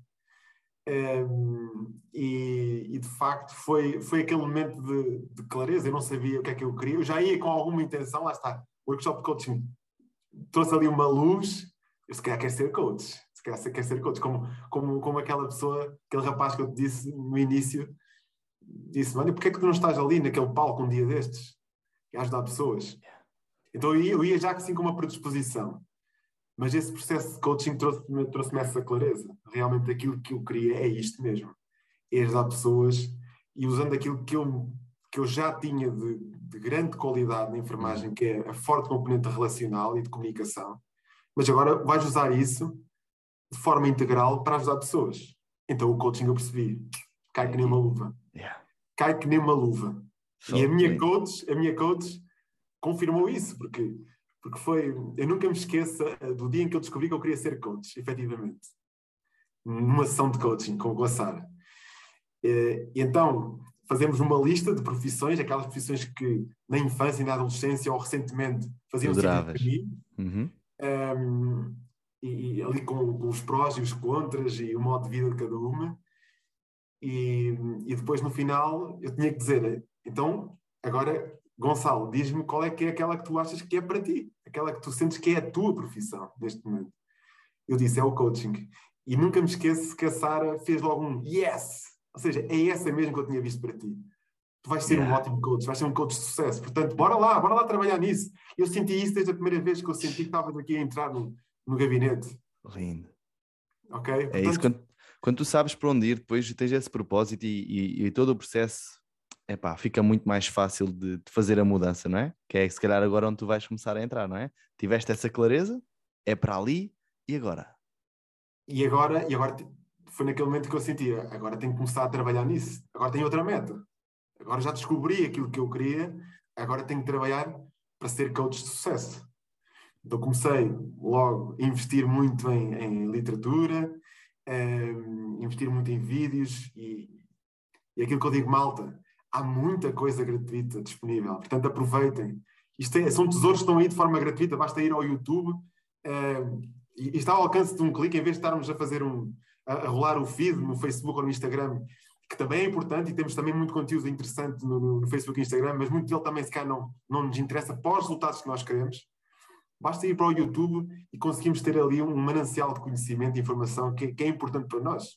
[SPEAKER 2] E de facto foi aquele momento de clareza. Eu não sabia o que é que eu queria, eu já ia com alguma intenção, lá está, o workshop de coaching trouxe ali uma luz. Eu se calhar quero ser coach, como aquela pessoa, aquele rapaz que eu te disse no início, disse: mano, porquê é que tu não estás ali naquele palco um dia destes a ajudar pessoas? Então eu ia já assim com uma predisposição. Mas esse processo de coaching trouxe-me essa clareza. Realmente aquilo que eu queria é isto mesmo. É ajudar pessoas e usando aquilo que eu já tinha de grande qualidade na enfermagem, que é a forte componente relacional e de comunicação. Mas agora vais usar isso de forma integral para ajudar pessoas. Então o coaching eu percebi. Cai que nem uma luva. Cai que nem uma luva. E a minha coach confirmou isso, porque foi... Eu nunca me esqueço do dia em que eu descobri que eu queria ser coach, efetivamente. Numa sessão de coaching com a Sara. E então fazemos uma lista de profissões, aquelas profissões que na infância e na adolescência ou recentemente faziam sentido para mim. E ali com os prós e os contras e o modo de vida de cada uma. E depois no final eu tinha que dizer: então agora, Gonçalo, diz-me qual é que é aquela que tu achas que é para ti, aquela que tu sentes que é a tua profissão neste momento. Eu disse: é o coaching. E nunca me esqueço que a Sara fez logo um yes, ou seja, é essa mesmo que eu tinha visto para ti. Tu vais ser um ótimo coach, vais ser um coach de sucesso, portanto bora lá trabalhar nisso. Eu senti isso desde a primeira vez que eu senti que estavas aqui a entrar no gabinete.
[SPEAKER 1] Lindo.
[SPEAKER 2] Ok?
[SPEAKER 1] Portanto, é isso, quando tu sabes para onde ir, depois tens esse propósito e todo o processo, fica muito mais fácil de fazer a mudança, não é? Que é se calhar agora onde tu vais começar a entrar, não é? Tiveste essa clareza, é para ali e agora?
[SPEAKER 2] E agora foi naquele momento que eu sentia: agora tenho que começar a trabalhar nisso, agora tenho outra meta, agora já descobri aquilo que eu queria, agora tenho que trabalhar para ser coach de sucesso. Então comecei logo a investir muito em literatura, investir muito em vídeos e aquilo que eu digo, malta, há muita coisa gratuita disponível, portanto aproveitem. São tesouros que estão aí de forma gratuita, basta ir ao YouTube e está ao alcance de um clique, em vez de estarmos a fazer a rolar o feed no Facebook ou no Instagram, que também é importante, e temos também muito conteúdo interessante no Facebook e Instagram, mas muito dele também se calhar não nos interessa para os resultados que nós queremos. Basta ir para o YouTube e conseguimos ter ali um manancial de conhecimento e informação que é importante para nós.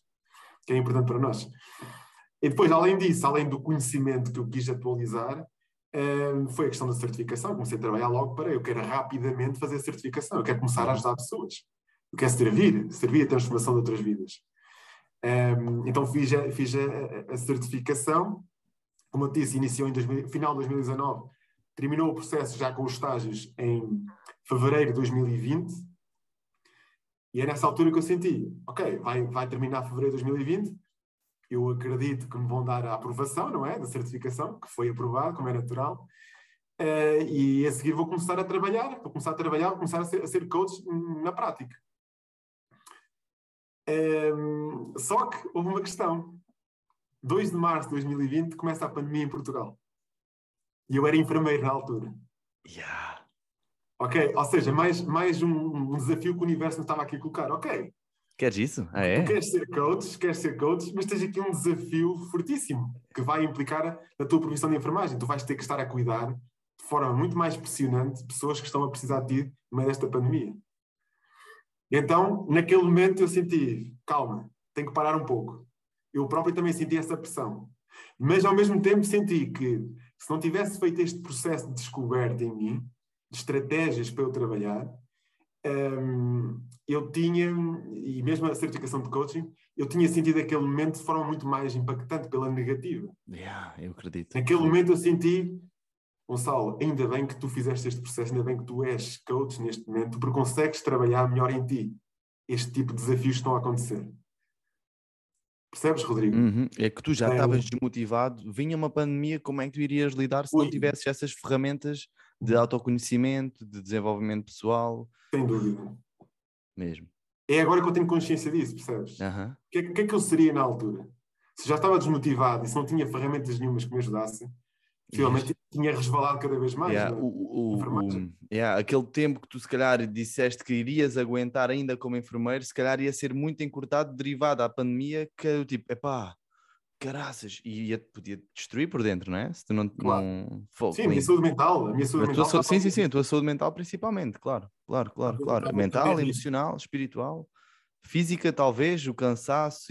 [SPEAKER 2] E depois, além disso, além do conhecimento que eu quis atualizar, foi a questão da certificação. Comecei a trabalhar logo eu quero rapidamente fazer a certificação, eu quero começar a ajudar pessoas, eu quero servir a transformação de outras vidas. Então fiz a certificação, como eu disse, iniciou em final de 2019, terminou o processo já com os estágios em fevereiro de 2020, e é nessa altura que eu senti: ok, vai terminar fevereiro de 2020, eu acredito que me vão dar a aprovação, não é? Da certificação, que foi aprovado, como é natural. e a seguir vou começar a trabalhar, vou começar a ser coach na prática. Só que houve uma questão. 2 de março de 2020 começa a pandemia em Portugal. E eu era enfermeiro na altura.
[SPEAKER 1] Yeah.
[SPEAKER 2] Ok? Ou seja, mais um desafio que o universo me estava aqui a colocar. Ok,
[SPEAKER 1] Queres isso? Ah,
[SPEAKER 2] tu
[SPEAKER 1] é?
[SPEAKER 2] queres ser coach, mas tens aqui um desafio fortíssimo que vai implicar a tua profissão de enfermagem. Tu vais ter que estar a cuidar de forma muito mais pressionante pessoas que estão a precisar de ti no meio desta pandemia. E então, naquele momento, eu senti, calma, tenho que parar um pouco. Eu próprio também senti essa pressão. Mas, ao mesmo tempo, senti que se não tivesse feito este processo de descoberta em mim, de estratégias para eu trabalhar, eu tinha, e mesmo a certificação de coaching, eu tinha sentido aquele momento de forma muito mais impactante, pela negativa.
[SPEAKER 1] Yeah, eu acredito.
[SPEAKER 2] Naquele momento eu senti, Gonçalo, ainda bem que tu fizeste este processo, ainda bem que tu és coach neste momento, porque consegues trabalhar melhor em ti este tipo de desafios que estão a acontecer. Percebes, Rodrigo?
[SPEAKER 1] Uhum. É que tu já estavas desmotivado, vinha uma pandemia, como é que tu irias lidar se não tivesses essas ferramentas de autoconhecimento, de desenvolvimento pessoal?
[SPEAKER 2] Sem dúvida.
[SPEAKER 1] Mesmo.
[SPEAKER 2] É agora que eu tenho consciência disso, percebes?
[SPEAKER 1] Uhum.
[SPEAKER 2] O que é que eu seria na altura? Se já estava desmotivado e se não tinha ferramentas nenhumas que me ajudassem, finalmente tinha resvalado cada vez mais.
[SPEAKER 1] Aquele tempo que tu se calhar disseste que irias aguentar ainda como enfermeiro, se calhar ia ser muito encurtado derivado à pandemia, que é tipo, epá, caraças, e podia destruir por dentro, não é? Se tu não...
[SPEAKER 2] Claro.
[SPEAKER 1] não
[SPEAKER 2] sim, a minha saúde mental.
[SPEAKER 1] sim, a tua saúde mental principalmente, claro. Mental, emocional, espiritual, física talvez, o cansaço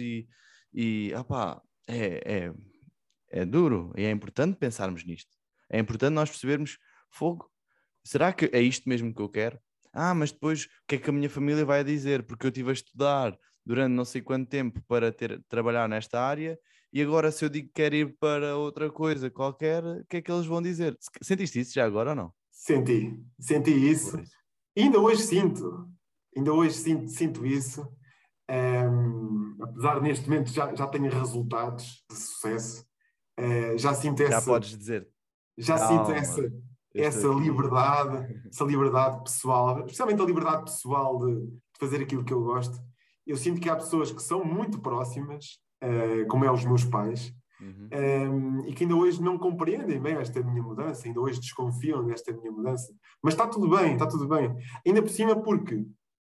[SPEAKER 1] é duro e é importante pensarmos nisto. É importante nós percebermos, fogo, será que é isto mesmo que eu quero? Mas depois o que é que a minha família vai dizer? Porque eu estive a estudar durante não sei quanto tempo para trabalhar nesta área e agora se eu digo que quero ir para outra coisa qualquer, o que é que eles vão dizer? Sentiste isso já agora ou não?
[SPEAKER 2] Senti isso. E ainda hoje sinto isso. Apesar de neste momento já tenho resultados de sucesso, já sinto
[SPEAKER 1] já podes dizer,
[SPEAKER 2] já sinto essa liberdade pessoal, especialmente a liberdade pessoal de fazer aquilo que eu gosto. Eu sinto que há pessoas que são muito próximas, como é os meus pais, e que ainda hoje não compreendem bem esta minha mudança, ainda hoje desconfiam desta minha mudança. Mas está tudo bem, está tudo bem. Ainda por cima porque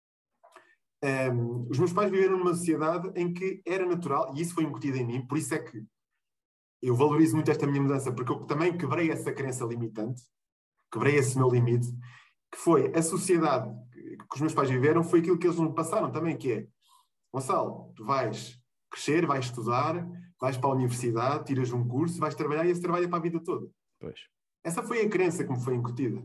[SPEAKER 2] os meus pais viveram numa sociedade em que era natural, e isso foi incutido em mim, por isso é que eu valorizo muito esta minha mudança, porque eu também quebrei essa crença limitante, quebrei esse meu limite, que foi a sociedade que os meus pais viveram, foi aquilo que eles me passaram também, que é, Gonçalo, tu vais crescer, vais estudar, vais para a universidade, tiras um curso, vais trabalhar e esse trabalho é para a vida toda.
[SPEAKER 1] Pois.
[SPEAKER 2] Essa foi a crença que me foi incutida.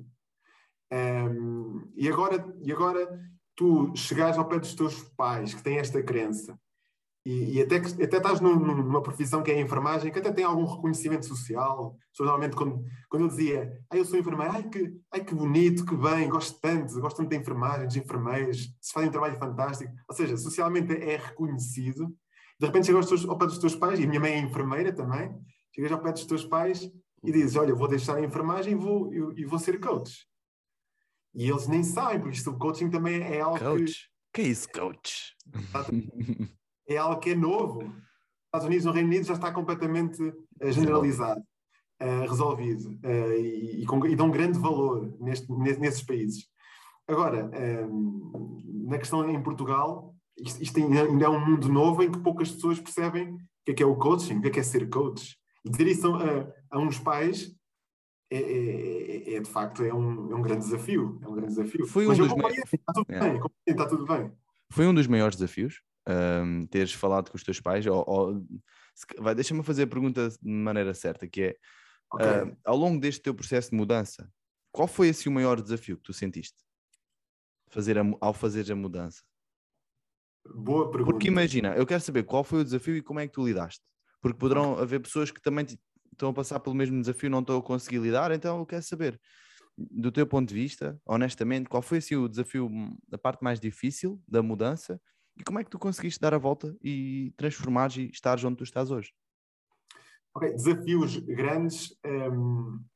[SPEAKER 2] E agora tu chegares ao pé dos teus pais que têm esta crença e até estás numa profissão que é a enfermagem, que até tem algum reconhecimento social. Normalmente quando eu dizia eu sou enfermeiro, ai que bonito, que bem, gosto tanto da enfermagem, dos enfermeiros, se fazem um trabalho fantástico. Ou seja, socialmente é reconhecido. De repente chegas ao pé dos teus pais, e a minha mãe é enfermeira também, chegas ao pé dos teus pais e dizes, olha, vou deixar a enfermagem e vou ser coach. E eles nem sabem, porque isto, o coaching também é algo
[SPEAKER 1] que é isso, coach?
[SPEAKER 2] É algo que é novo. Nos Estados Unidos, no Reino Unido, já está completamente generalizado, resolvido, e dão grande valor nesses países. Agora, na questão em Portugal, isto ainda é um mundo novo em que poucas pessoas percebem o que é o coaching, o que é ser coach. E dizer isso a uns pais de facto um grande desafio. É um grande desafio. Mas eu compreendo, está tudo bem.
[SPEAKER 1] Foi um dos maiores desafios, teres falado com os teus pais, deixa-me fazer a pergunta de maneira certa, que é, ao longo deste teu processo de mudança, qual foi assim o maior desafio que tu sentiste ao fazeres a mudança?
[SPEAKER 2] Boa pergunta.
[SPEAKER 1] Porque imagina, eu quero saber qual foi o desafio e como é que tu lidaste, porque poderão haver pessoas que também estão a passar pelo mesmo desafio, não estão a conseguir lidar, então eu quero saber, do teu ponto de vista, honestamente, qual foi assim o desafio, a parte mais difícil da mudança e como é que tu conseguiste dar a volta e transformares e estares onde tu estás hoje?
[SPEAKER 2] Ok, desafios grandes.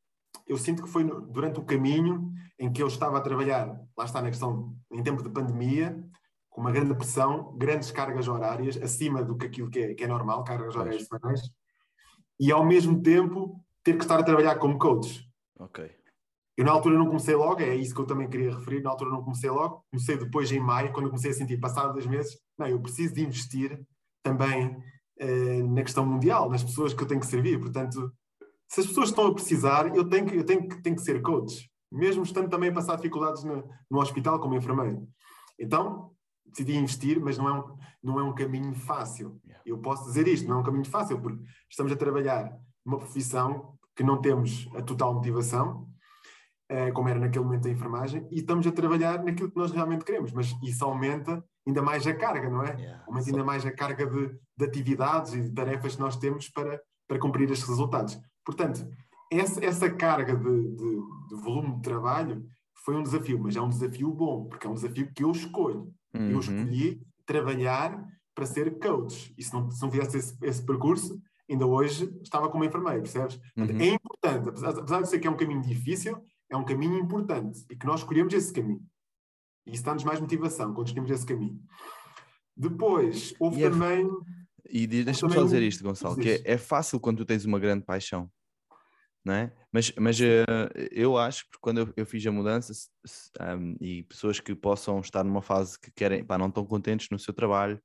[SPEAKER 2] eu sinto que foi durante o caminho em que eu estava a trabalhar, lá está na questão, em tempo de pandemia, com uma grande pressão, grandes cargas horárias, acima do que aquilo que é normal, cargas
[SPEAKER 1] Pois.
[SPEAKER 2] horárias semanais, e ao mesmo tempo ter que estar a trabalhar como coach.
[SPEAKER 1] Ok.
[SPEAKER 2] Eu na altura não comecei logo, é isso que eu também queria referir, na altura não comecei logo, comecei depois em maio, quando eu comecei a sentir, passado 2 meses, não, eu preciso de investir também na questão mundial, nas pessoas que eu tenho que servir, portanto, se as pessoas estão a precisar, eu tenho que ser coach, mesmo estando também a passar dificuldades no hospital como enfermeiro. Então, decidi investir, mas não é um caminho fácil. Eu posso dizer isto, não é um caminho fácil, porque estamos a trabalhar numa profissão que não temos a total motivação, como era naquele momento a enfermagem, e estamos a trabalhar naquilo que nós realmente queremos, mas isso aumenta ainda mais a carga, não é?
[SPEAKER 1] Yeah.
[SPEAKER 2] Aumenta ainda mais a carga de atividades e de tarefas que nós temos para cumprir estes resultados. Portanto, essa carga de volume de trabalho foi um desafio, mas é um desafio bom, porque é um desafio que eu escolho. Eu escolhi trabalhar para ser coach, e se não fizesse esse percurso, ainda hoje estava como enfermeiro, percebes? Portanto, é importante, apesar de ser que é um caminho difícil, é um caminho importante e que nós escolhemos esse caminho. E isso dá-nos mais motivação quando escolhemos esse caminho. Depois, houve também...
[SPEAKER 1] E deixa-me só dizer isto, Gonçalo, que é fácil quando tu tens uma grande paixão, não é? Mas eu acho que quando eu fiz a mudança, e pessoas que possam estar numa fase que querem, não estão contentes no seu trabalho,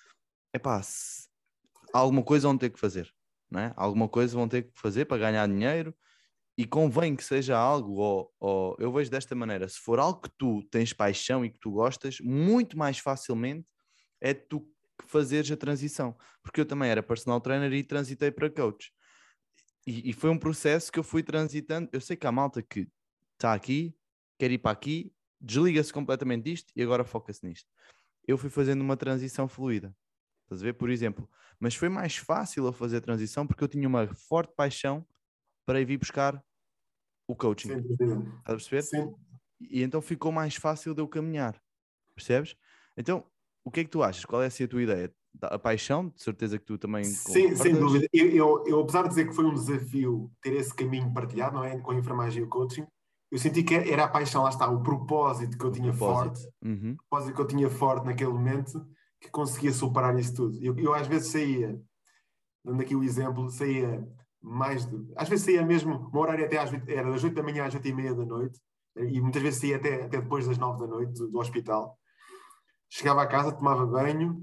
[SPEAKER 1] alguma coisa vão ter que fazer, não é? Alguma coisa vão ter que fazer para ganhar dinheiro. E convém que seja algo, ou eu vejo desta maneira, se for algo que tu tens paixão e que tu gostas, muito mais facilmente é tu fazeres a transição. Porque eu também era personal trainer e transitei para coach. E foi um processo que eu fui transitando. Eu sei que há malta que está aqui, quer ir para aqui, desliga-se completamente disto e agora foca-se nisto. Eu fui fazendo uma transição fluida. Estás a ver? Por exemplo. Mas foi mais fácil eu fazer a transição porque eu tinha uma forte paixão para ir vir buscar o coaching. Estás a perceber?
[SPEAKER 2] Sim.
[SPEAKER 1] E então ficou mais fácil de eu caminhar. Percebes? Então, o que é que tu achas? Qual é a tua ideia? A paixão? De certeza que tu também
[SPEAKER 2] concordas? Sem dúvida. Eu, apesar de dizer que foi um desafio ter esse caminho partilhado, não é? Com a enfermagem e o coaching, eu senti que era a paixão, lá está, o propósito que eu tinha forte, o propósito que eu tinha forte naquele momento, que conseguia superar isso tudo. Eu às vezes saía, dando aqui o exemplo, saía às vezes saía mesmo, o horário até era das 8 da manhã às 8h30 da noite, e muitas vezes saía até depois das 9 da noite do hospital. Chegava a casa, tomava banho,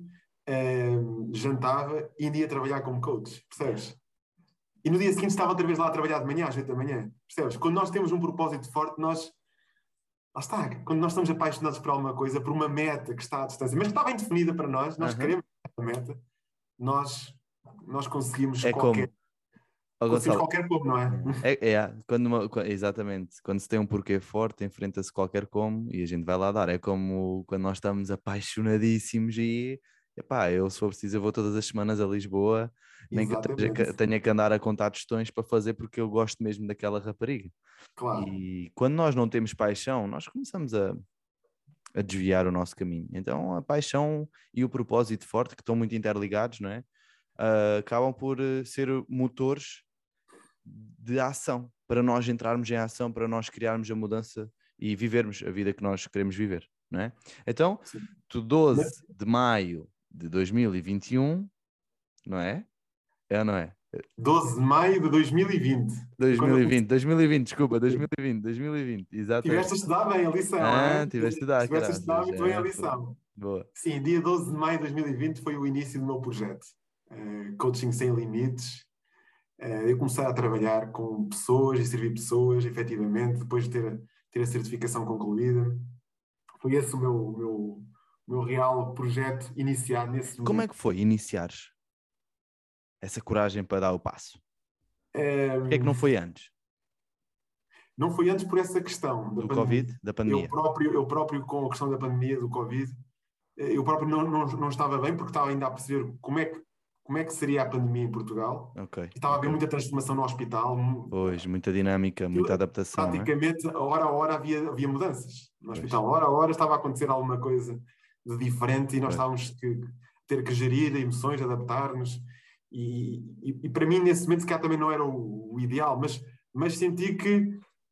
[SPEAKER 2] jantava e ia trabalhar como coach, percebes? E no dia seguinte estava outra vez lá a trabalhar de manhã às 8 da manhã, percebes? Quando nós temos um propósito forte, lá está, quando nós estamos apaixonados por alguma coisa, por uma meta que está à distância, mas que está bem definida para nós queremos a meta, nós conseguimos conseguimos qualquer como, não é?
[SPEAKER 1] Exatamente. Quando se tem um porquê forte, enfrenta-se qualquer como e a gente vai lá dar. É como quando nós estamos apaixonadíssimos e eu, se for preciso, eu vou todas as semanas a Lisboa, nem que eu tenha que andar a contar tostões para fazer porque eu gosto mesmo daquela rapariga.
[SPEAKER 2] Claro.
[SPEAKER 1] E quando nós não temos paixão, nós começamos a desviar o nosso caminho. Então a paixão e o propósito forte, que estão muito interligados, não é? Acabam por ser motores de ação, para nós entrarmos em ação, para nós criarmos a mudança e vivermos a vida que nós queremos viver, não é? Então, tu 12 de maio de 2021, não é? É ou não é?
[SPEAKER 2] 12 de maio de 2020.
[SPEAKER 1] 2020, desculpa, 2020, exatamente.
[SPEAKER 2] Tiveste a estudar bem a lição, hein?
[SPEAKER 1] Tiveste a estudar,
[SPEAKER 2] Tiveste a estudar muito bem a lição.
[SPEAKER 1] Boa.
[SPEAKER 2] Sim, dia 12 de maio de 2020 foi o início do meu projeto. Coaching Sem Limites. Eu comecei a trabalhar com pessoas e servir pessoas, efetivamente, depois de ter a certificação concluída. Foi esse o meu real projeto iniciar nesse momento.
[SPEAKER 1] Como é que foi iniciares essa coragem para dar o passo? Porquê é que não foi antes?
[SPEAKER 2] Não foi antes por essa questão
[SPEAKER 1] do Covid, da pandemia.
[SPEAKER 2] Eu próprio, com a questão da pandemia, do Covid, eu próprio não estava bem, porque estava ainda a perceber como é que seria a pandemia em Portugal. Estava a haver muita transformação no hospital.
[SPEAKER 1] Pois, muita dinâmica, muita adaptação.
[SPEAKER 2] Praticamente, hora a hora havia mudanças no hospital. Hora a hora estava a acontecer alguma coisa de diferente e nós estávamos a ter que gerir emoções, adaptar-nos. E para mim, nesse momento, se calhar também não era o ideal, mas senti que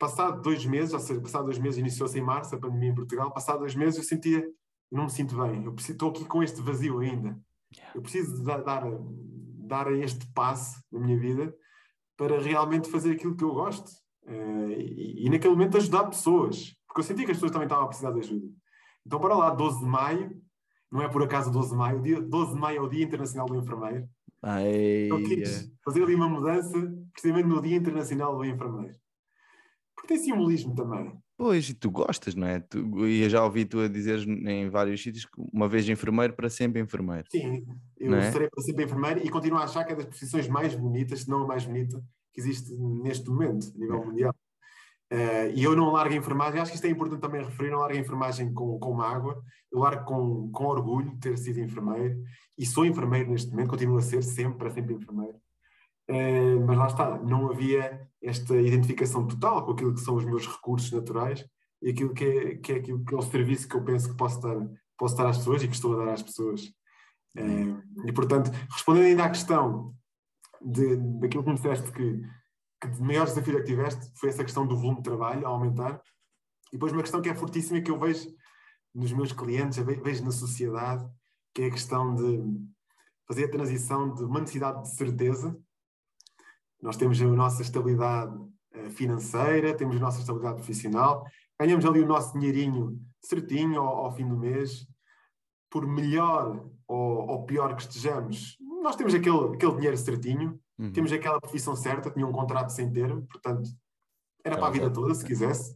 [SPEAKER 2] passado 2 meses, ou seja, passado 2 meses, iniciou-se em março, a pandemia em Portugal, passado 2 meses eu sentia, não me sinto bem, estou aqui com este vazio ainda. Eu preciso de dar este passo na minha vida para realmente fazer aquilo que eu gosto. E naquele momento ajudar pessoas, porque eu senti que as pessoas também estavam a precisar de ajuda. Então, para lá, 12 de maio, não é por acaso 12 de maio, 12 de maio é o Dia Internacional do Enfermeiro. Eu quis fazer ali uma mudança, precisamente no Dia Internacional do Enfermeiro. Porque tem simbolismo também.
[SPEAKER 1] Pois, e tu gostas, não é? E eu já ouvi tu a dizer em vários sítios que uma vez enfermeiro, para sempre enfermeiro.
[SPEAKER 2] Sim, eu serei para sempre enfermeiro e continuo a achar que é das profissões mais bonitas, se não a mais bonita, que existe neste momento, a nível mundial. E eu não largo a enfermagem, acho que isto é importante também referir, não largo a enfermagem com mágoa, eu largo com orgulho de ter sido enfermeiro, e sou enfermeiro neste momento, continuo a ser sempre, para sempre enfermeiro. Mas lá está, não havia esta identificação total com aquilo que são os meus recursos naturais e aquilo que é, aquilo que é o serviço que eu penso que posso dar às pessoas e que estou a dar às pessoas. E portanto, respondendo ainda à questão daquilo que me disseste que de maiores desafios é que tiveste, foi essa questão do volume de trabalho a aumentar. E depois uma questão que é fortíssima que eu vejo nos meus clientes, vejo na sociedade, que é a questão de fazer a transição de uma necessidade de certeza. Nós temos a nossa estabilidade financeira, temos a nossa estabilidade profissional, ganhamos ali o nosso dinheirinho certinho ao fim do mês. Por melhor ou pior que estejamos, nós temos aquele dinheiro certinho, temos aquela profissão certa, tinha um contrato sem termo, portanto, era para a vida toda, se quisesse.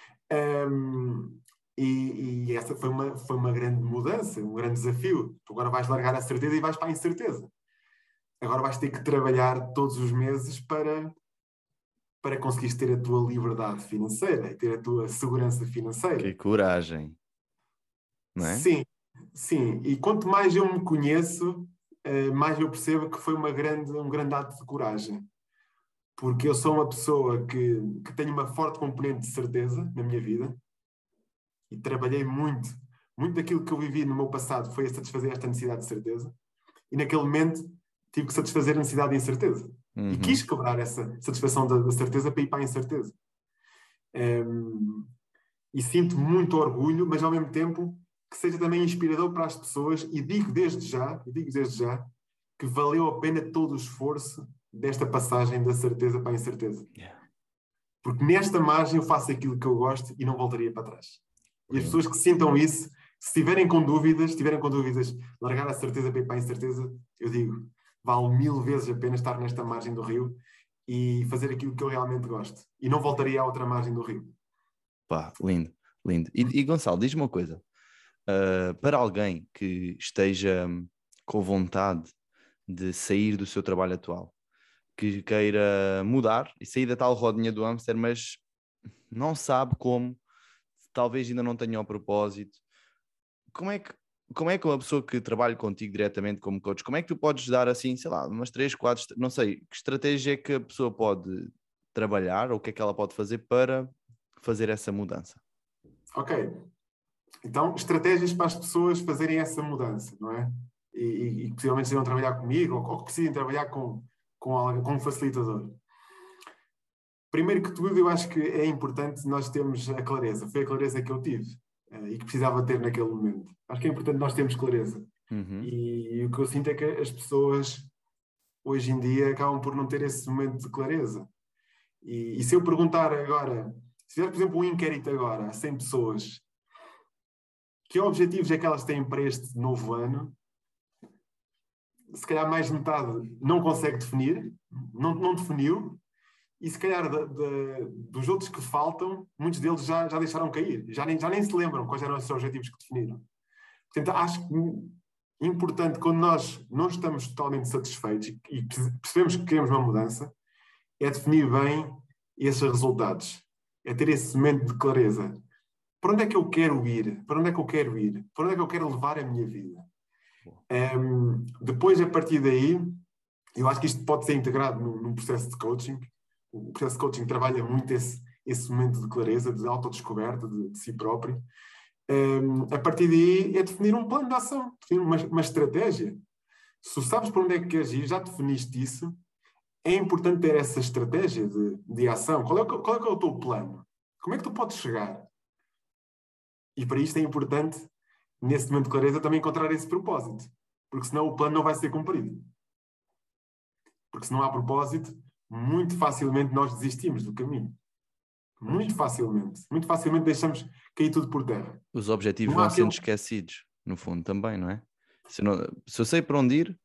[SPEAKER 2] E essa foi uma grande mudança, um grande desafio. Tu agora vais largar a certeza e vais para a incerteza. Agora vais ter que trabalhar todos os meses para conseguires ter a tua liberdade financeira e ter a tua segurança financeira.
[SPEAKER 1] Que coragem, não é?
[SPEAKER 2] Sim. E quanto mais eu me conheço, mais eu percebo que foi um grande ato de coragem. Porque eu sou uma pessoa que tem uma forte componente de certeza na minha vida e trabalhei muito daquilo que eu vivi no meu passado foi a satisfazer esta necessidade de certeza e naquele momento tive que satisfazer a necessidade de incerteza. E quis quebrar essa satisfação da certeza para ir para a incerteza. E sinto muito orgulho, mas ao mesmo tempo que seja também inspirador para as pessoas e digo desde já que valeu a pena todo o esforço desta passagem da certeza para a incerteza. Porque nesta margem eu faço aquilo que eu gosto e não voltaria para trás. E as pessoas que sintam isso, se tiverem com dúvidas, largar a certeza para ir para a incerteza, eu digo, vale 1000 vezes a pena estar nesta margem do rio e fazer aquilo que eu realmente gosto. E não voltaria à outra margem do rio.
[SPEAKER 1] Pá, lindo. E Gonçalo, diz-me uma coisa. Para alguém que esteja com vontade de sair do seu trabalho atual, que queira mudar e sair da tal rodinha do hamster, mas não sabe como, talvez ainda não tenha o propósito, como é que uma pessoa que trabalha contigo diretamente como coach, como é que tu podes dar assim, sei lá, umas 3, 4, não sei, que estratégia é que a pessoa pode trabalhar ou o que é que ela pode fazer para fazer essa mudança?
[SPEAKER 2] Ok. Então, estratégias para as pessoas fazerem essa mudança, não é? E que possivelmente irão trabalhar comigo ou que precisem trabalhar com um facilitador. Primeiro que tudo, eu acho que é importante nós termos a clareza. Foi a clareza que eu tive e que precisava ter naquele momento. Acho que é importante nós termos clareza. E o que eu sinto é que as pessoas, hoje em dia, acabam por não ter esse momento de clareza. E se eu perguntar agora, se fizer, por exemplo, um inquérito agora a 100 pessoas, que objetivos é que elas têm para este novo ano? Se calhar mais de metade não consegue definir, não definiu, e se calhar dos outros que faltam, muitos deles já deixaram cair, já nem se lembram quais eram os objetivos que definiram. Portanto, acho que é importante, quando nós não estamos totalmente satisfeitos e percebemos que queremos uma mudança, é definir bem esses resultados, é ter esse momento de clareza. Para onde é que eu quero ir? Para onde é que eu quero ir? Para onde é que eu quero levar a minha vida? Depois, a partir daí, eu acho que isto pode ser integrado num processo de coaching. O processo de coaching trabalha muito esse momento de clareza, de autodescoberta de si próprio. A partir daí, é definir um plano de ação, definir uma estratégia. Se tu sabes para onde é que queres ir, já definiste isso, é importante ter essa estratégia de ação. Qual é que é o teu plano? Como é que tu podes chegar? E para isto é importante, nesse momento de clareza, também encontrar esse propósito. Porque senão o plano não vai ser cumprido. Porque se não há propósito, muito facilmente nós desistimos do caminho. Muito facilmente. Muito facilmente deixamos cair tudo por terra.
[SPEAKER 1] Os objetivos vão sendo esquecidos, no fundo, também, não é? Se eu sei para onde ir,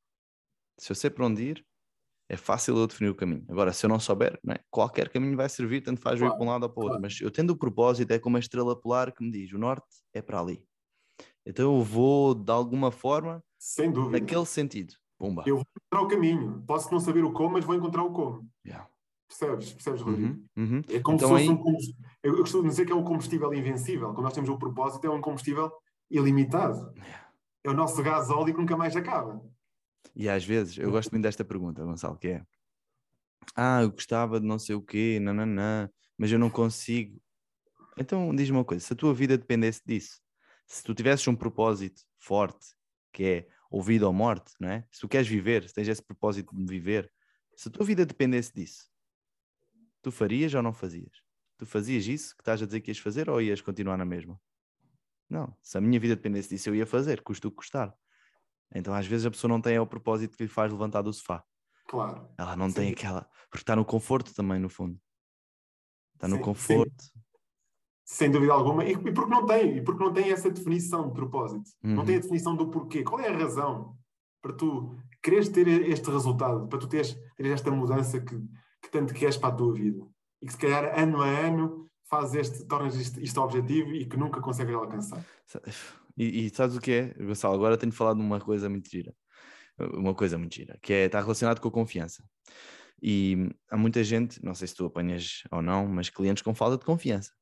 [SPEAKER 1] é fácil eu definir o caminho. Agora, se eu não souber, não é? Qualquer caminho vai servir, tanto faz eu ir para um lado ou para o outro. Mas eu tendo o propósito, é como a estrela polar que me diz, o norte é para ali. Então eu vou, de alguma forma,
[SPEAKER 2] sem dúvida,
[SPEAKER 1] naquele sentido. Pumba.
[SPEAKER 2] Eu vou encontrar o caminho. Posso não saber o como, mas vou encontrar o como.
[SPEAKER 1] Yeah.
[SPEAKER 2] Percebes, Rodrigo? É como
[SPEAKER 1] então,
[SPEAKER 2] se fosse um combustível. Eu costumo dizer que é um combustível invencível. Quando nós temos o propósito, é um combustível ilimitado.
[SPEAKER 1] Yeah.
[SPEAKER 2] É o nosso gás óleo que nunca mais acaba.
[SPEAKER 1] E às vezes, eu gosto muito desta pergunta, Gonçalo, que é: eu gostava de não sei o quê, nananã, mas eu não consigo. Então, diz-me uma coisa, se a tua vida dependesse disso, se tu tivesses um propósito forte, que é ou vida ou morte, não é? Se tu queres viver, se tens esse propósito de viver, se a tua vida dependesse disso, tu farias ou não fazias? Tu fazias isso que estás a dizer que ias fazer ou ias continuar na mesma? Não, se a minha vida dependesse disso, eu ia fazer, custe o que custar. Então, às vezes, a pessoa não tem o propósito que lhe faz levantar do sofá.
[SPEAKER 2] Claro.
[SPEAKER 1] Ela não tem aquela... Porque está no conforto também, no fundo. Está no conforto.
[SPEAKER 2] Sem dúvida alguma. E porque não tem essa definição de propósito. Não tem a definição do porquê. Qual é a razão para tu quereres ter este resultado? Para tu teres esta mudança que tanto queres para a tua vida? E que se calhar, ano a ano, tornas isto objetivo e que nunca consegues alcançar.
[SPEAKER 1] E sabes o que é, Gonçalo? Agora tenho falado de uma coisa muito gira. Uma coisa muito gira, que está relacionado com a confiança. E há muita gente, não sei se tu apanhas ou não, mas clientes com falta de confiança.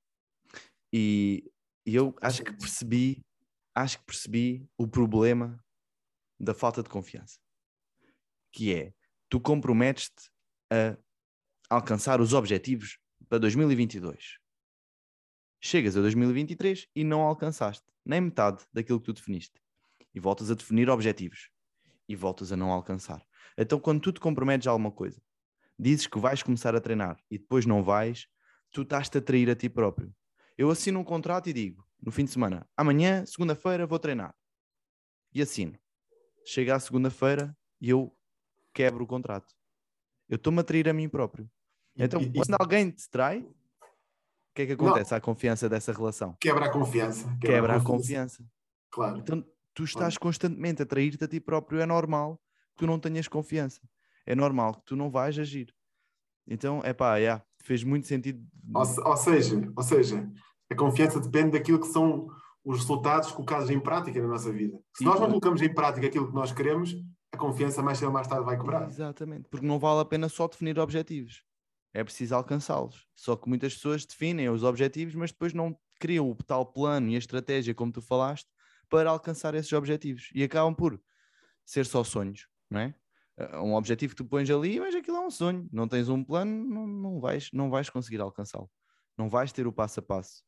[SPEAKER 1] E eu acho que percebi o problema da falta de confiança. Que é, tu comprometes-te a alcançar os objetivos para 2022. Chegas a 2023 e não alcançaste nem metade daquilo que tu definiste. E voltas a definir objetivos. E voltas a não alcançar. Então, quando tu te comprometes a alguma coisa, dizes que vais começar a treinar e depois não vais, tu estás-te a trair a ti próprio. Eu assino um contrato e digo, no fim de semana, amanhã, segunda-feira, vou treinar. E assino. Chega à segunda-feira e eu quebro o contrato. Eu estou-me a trair a mim próprio. Então, quando alguém te trai, o que é que acontece à confiança dessa relação?
[SPEAKER 2] Quebra a confiança.
[SPEAKER 1] Quebra a confiança.
[SPEAKER 2] Claro.
[SPEAKER 1] Então, tu estás constantemente a trair-te a ti próprio. É normal que tu não tenhas confiança. É normal que tu não vais agir. Então, fez muito sentido.
[SPEAKER 2] Ou seja, a confiança depende daquilo que são os resultados colocados em prática na nossa vida. Se nós não colocamos em prática aquilo que nós queremos, a confiança mais cedo ou mais tarde vai quebrar.
[SPEAKER 1] Exatamente, porque não vale a pena só definir objetivos. É preciso alcançá-los. Só que muitas pessoas definem os objetivos, mas depois não criam o tal plano e a estratégia, como tu falaste, para alcançar esses objetivos. E acabam por ser só sonhos, não é? Um objetivo que tu pões ali, mas aquilo é um sonho. Não tens um plano, não vais conseguir alcançá-lo. Não vais ter o passo a passo.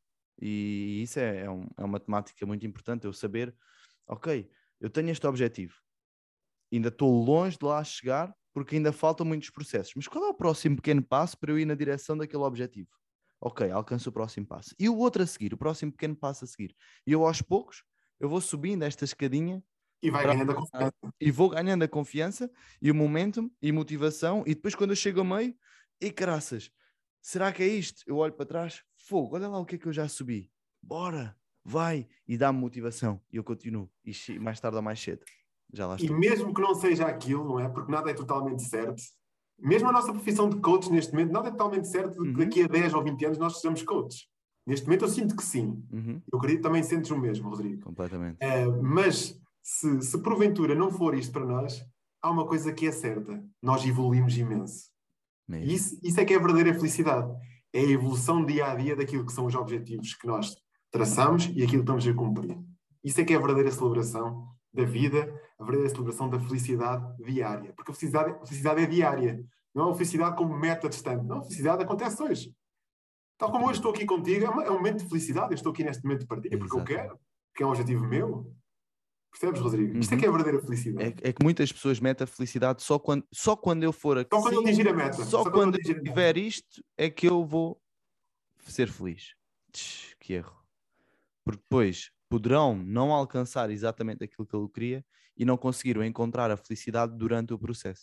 [SPEAKER 1] E isso é uma temática muito importante, eu saber, ok, eu tenho este objetivo. Ainda estou longe de lá chegar, porque ainda faltam muitos processos. Mas qual é o próximo pequeno passo para eu ir na direção daquele objetivo? Ok, alcanço o próximo passo. E o outro a seguir, o próximo pequeno passo a seguir. E eu, aos poucos, eu vou subindo esta escadinha
[SPEAKER 2] e vai ganhando a confiança.
[SPEAKER 1] E vou ganhando a confiança e o momentum e motivação. E depois, quando eu chego ao meio, e caraças, será que é isto? Eu olho para trás, fogo, olha lá o que é que eu já subi. Bora, vai. E dá-me motivação. E eu continuo. E mais tarde ou mais cedo, já lá estou.
[SPEAKER 2] E mesmo que não seja aquilo, não é? Porque nada é totalmente certo. Mesmo a nossa profissão de coach neste momento, nada é totalmente certo de que daqui a 10 ou 20 anos nós sejamos coaches. Neste momento eu sinto que sim. Eu acredito que também sentes o mesmo, Rodrigo.
[SPEAKER 1] Completamente.
[SPEAKER 2] Mas se porventura não for isto para nós, há uma coisa que é certa. Nós evoluímos imenso. E isso é que é a verdadeira felicidade. É a evolução dia a dia daquilo que são os objetivos que nós traçamos e aquilo que estamos a cumprir. Isso é que é a verdadeira celebração da vida, a verdadeira celebração da felicidade diária. Porque a felicidade é diária. Não é uma felicidade como meta distante. Não, a felicidade acontece hoje. Tal como hoje estou aqui contigo, é um momento de felicidade. Eu estou aqui neste momento de partilha porque eu quero, porque é um objetivo meu. Percebes, Rodrigo? Isto é que é a verdadeira felicidade.
[SPEAKER 1] É que muitas pessoas metem a felicidade só quando eu for
[SPEAKER 2] Só quando eu
[SPEAKER 1] assim,
[SPEAKER 2] atingir a meta.
[SPEAKER 1] só
[SPEAKER 2] Só quando eu
[SPEAKER 1] quando
[SPEAKER 2] atingir
[SPEAKER 1] eu
[SPEAKER 2] a
[SPEAKER 1] tiver
[SPEAKER 2] meta.
[SPEAKER 1] isto é que eu vou ser feliz. Que erro. Porque depois poderão não alcançar exatamente aquilo que ele queria e não conseguiram encontrar a felicidade durante o processo.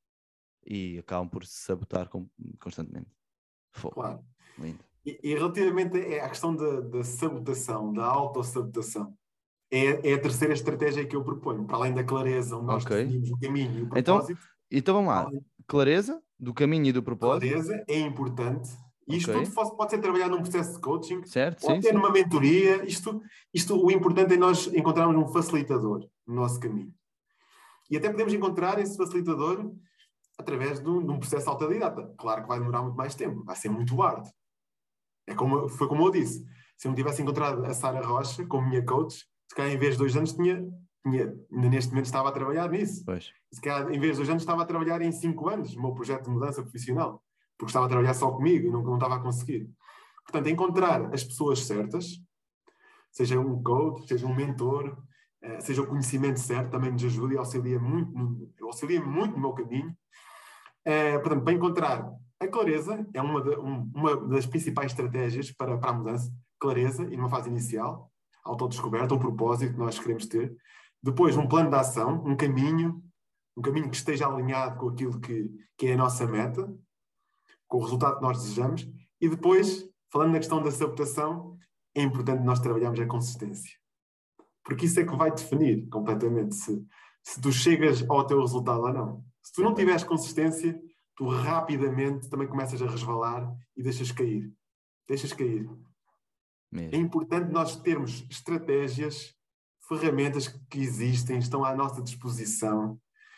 [SPEAKER 1] E acabam por se sabotar constantemente. Fogo.
[SPEAKER 2] Claro.
[SPEAKER 1] Lindo.
[SPEAKER 2] E relativamente à questão da sabotação, da autossabotação, é a terceira estratégia que eu proponho. Para além da clareza, onde nós
[SPEAKER 1] Ok.
[SPEAKER 2] definimos o caminho e o
[SPEAKER 1] Então,
[SPEAKER 2] propósito,
[SPEAKER 1] então vamos
[SPEAKER 2] para
[SPEAKER 1] lá.
[SPEAKER 2] além
[SPEAKER 1] Clareza do caminho e do
[SPEAKER 2] de
[SPEAKER 1] propósito.
[SPEAKER 2] clareza é importante. E
[SPEAKER 1] Ok.
[SPEAKER 2] isto tudo pode ser trabalhado num processo de coaching,
[SPEAKER 1] Certo?
[SPEAKER 2] ou
[SPEAKER 1] Sim,
[SPEAKER 2] até
[SPEAKER 1] sim.
[SPEAKER 2] numa mentoria. O importante é nós encontrarmos um facilitador no nosso caminho. E até podemos encontrar esse facilitador através de um processo autodidata. Claro que vai demorar muito mais tempo, vai ser muito árduo. Foi como eu disse. Se eu não tivesse encontrado a Sara Rocha como minha coach, se calhar em vez de 2 anos neste momento estava a trabalhar nisso.
[SPEAKER 1] Pois.
[SPEAKER 2] Se calhar em vez de 2 anos estava a trabalhar em 5 anos no meu projeto de mudança profissional, porque estava a trabalhar só comigo e não estava a conseguir. Portanto, encontrar as pessoas certas, seja um coach, seja um mentor, seja o conhecimento certo, também nos ajuda e auxilia muito no meu caminho. Portanto, para encontrar a clareza, é uma das principais estratégias para a mudança. Clareza, e numa fase inicial, autodescoberta, o propósito que nós queremos ter. Depois, um plano de ação, um caminho que esteja alinhado com aquilo que é a nossa meta, com o resultado que nós desejamos. E depois, falando na questão da sabotação, é importante nós trabalharmos a consistência. Porque isso é que vai definir completamente se tu chegas ao teu resultado ou não. Se tu não tiveres consistência, tu rapidamente também começas a resvalar e deixas cair. Deixas cair. É
[SPEAKER 1] Mesmo.
[SPEAKER 2] importante nós termos estratégias, ferramentas que existem, estão à nossa disposição,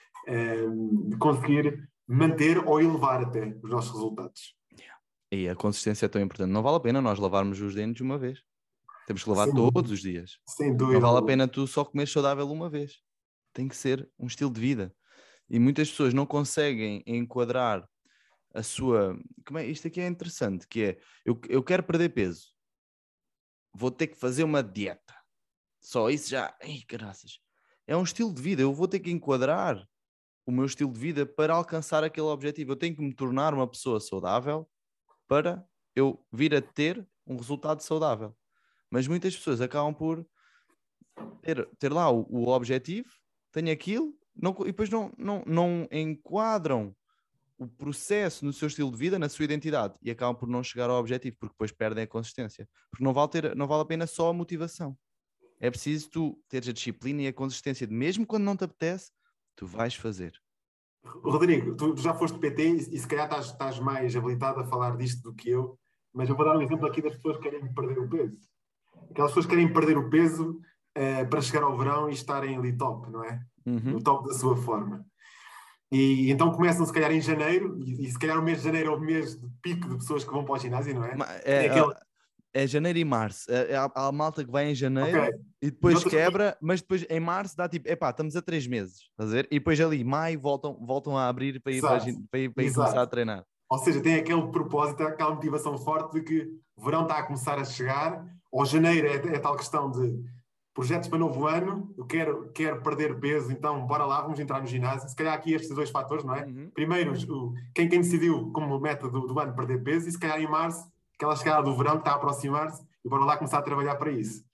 [SPEAKER 2] de conseguir manter ou elevar até os nossos resultados.
[SPEAKER 1] E a consistência é tão importante. Não vale a pena nós lavarmos os dentes uma vez. Temos que lavar
[SPEAKER 2] Sem
[SPEAKER 1] todos
[SPEAKER 2] dúvida,
[SPEAKER 1] os dias.
[SPEAKER 2] sem
[SPEAKER 1] Não
[SPEAKER 2] dúvida
[SPEAKER 1] vale a
[SPEAKER 2] alguma.
[SPEAKER 1] pena tu só comer saudável uma vez. Tem que ser um estilo de vida. E muitas pessoas não conseguem enquadrar a sua... Isto aqui é interessante, que é, eu quero perder peso. Vou ter que fazer uma dieta. Só isso já... Ai, caraças. É um estilo de vida. Eu vou ter que enquadrar o meu estilo de vida para alcançar aquele objetivo. Eu tenho que me tornar uma pessoa saudável para eu vir a ter um resultado saudável. Mas muitas pessoas acabam por ter lá o objetivo, têm aquilo, e depois não enquadram o processo no seu estilo de vida, na sua identidade, e acabam por não chegar ao objetivo, porque depois perdem a consistência. Porque não vale a pena só a motivação. É preciso tu teres a disciplina e a consistência de mesmo quando não te apetece, tu vais fazer.
[SPEAKER 2] Rodrigo, tu já foste PT e se calhar estás mais habilitado a falar disto do que eu, mas eu vou dar um exemplo aqui das pessoas que querem perder o peso. Aquelas pessoas que querem perder o peso para chegar ao verão e estarem ali top, não é? No top da sua forma. E então começam se calhar em janeiro, e se calhar o mês de janeiro é o mês de pico de pessoas que vão para o ginásio, não é?
[SPEAKER 1] É janeiro e março. Há a malta que vai em janeiro e
[SPEAKER 2] E
[SPEAKER 1] depois
[SPEAKER 2] outras
[SPEAKER 1] quebra, mas depois em março dá tipo, epá, estamos a 3 meses, estás a ver? E depois ali, maio, voltam a abrir para
[SPEAKER 2] Exato,
[SPEAKER 1] ir começar a
[SPEAKER 2] exato.
[SPEAKER 1] treinar.
[SPEAKER 2] Ou seja, tem aquele propósito, aquela motivação forte de que o verão está a começar a chegar, ou janeiro é tal questão de projetos para novo ano, eu quero perder peso, então bora lá, vamos entrar no ginásio. Se calhar aqui estes dois fatores, não é? Primeiro, quem decidiu como meta do ano perder peso, e se calhar em março, aquela chegada do verão que está a aproximar-se, e bora lá começar a trabalhar para isso.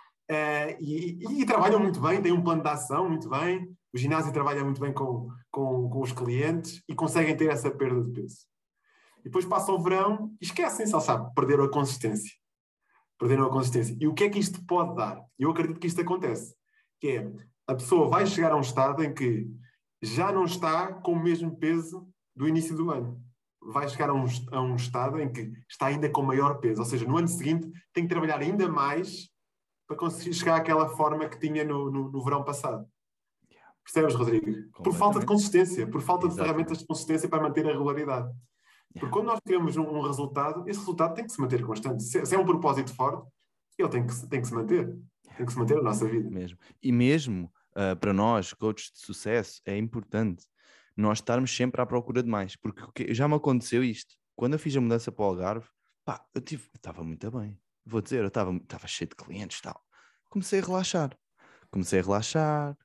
[SPEAKER 2] E trabalham muito bem, têm um plano de ação muito bem, o ginásio trabalha muito bem com os clientes e conseguem ter essa perda de peso. E depois passa o verão e esquecem-se, sabe, perderam a consistência. Perderam a consistência. E o que é que isto pode dar? Eu acredito que isto acontece. Que é, a pessoa vai chegar a um estado em que já não está com o mesmo peso do início do ano. Vai chegar a um estado em que está ainda com maior peso. Ou seja, no ano seguinte tem que trabalhar ainda mais para conseguir chegar àquela forma que tinha no verão passado. Percebes, Rodrigo? Por falta de consistência, por falta de ferramentas de consistência para manter a regularidade. Porque quando nós queremos um resultado, esse resultado tem que se manter constante. Se é um propósito forte, ele tem que se manter. Tem que se manter a nossa vida.
[SPEAKER 1] Mesmo. E mesmo para nós, coaches de sucesso, é importante nós estarmos sempre à procura de mais. Porque já me aconteceu isto. Quando eu fiz a mudança para o Algarve, pá, eu estava muito bem. Vou dizer, eu estava cheio de clientes e tal. Comecei a relaxar. Comecei a relaxar,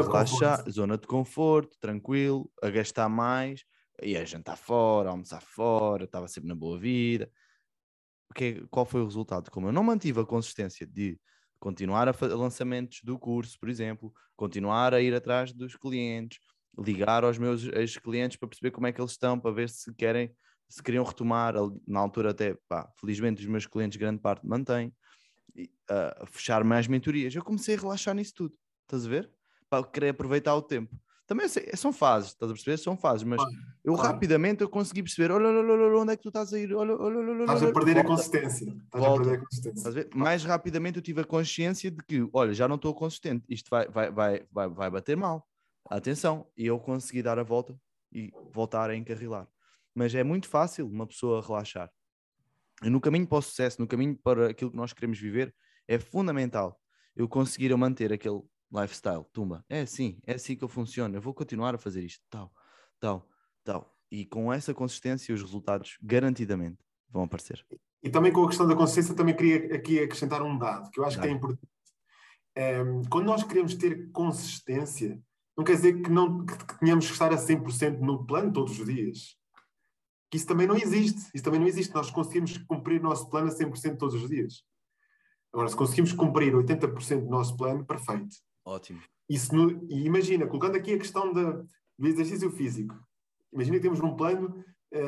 [SPEAKER 1] zona de conforto, tranquilo, a gastar mais, ia jantar fora, almoçar fora, estava sempre na boa vida. Qual foi o resultado? Como eu não mantive a consistência de continuar a fazer lançamentos do curso, por exemplo, continuar a ir atrás dos clientes, ligar aos meus ex-clientes para perceber como é que eles estão, para ver se queriam retomar, na altura até, felizmente os meus clientes grande parte mantêm, a fechar mais mentorias. Eu comecei a relaxar nisso tudo, estás a ver? Para querer aproveitar o tempo. Também são fases, estás a perceber? São fases, mas rapidamente eu consegui perceber, olha, onde é que tu estás a ir? Olha,
[SPEAKER 2] estás a perder a consistência.
[SPEAKER 1] Volta. Estás a ver? Mais rapidamente eu tive a consciência de que, olha, já não estou consistente, isto vai bater mal. Atenção, e eu consegui dar a volta e voltar a encarrilar. Mas é muito fácil uma pessoa relaxar. E no caminho para o sucesso, no caminho para aquilo que nós queremos viver, é fundamental eu conseguir manter aquele lifestyle. Tumba, é assim que eu funciono, eu vou continuar a fazer isto, tal. E com essa consistência os resultados garantidamente vão aparecer.
[SPEAKER 2] E também com a questão da consistência também queria aqui acrescentar um dado, que eu acho que é importante. Quando nós queremos ter consistência, não quer dizer que tenhamos que estar a 100% no plano todos os dias. Isso também não existe. Nós conseguimos cumprir o nosso plano a 100% todos os dias. Agora, se conseguimos cumprir 80% do nosso plano, perfeito.
[SPEAKER 1] Ótimo.
[SPEAKER 2] E e imagina, colocando aqui a questão do exercício físico. Imagina que temos um plano,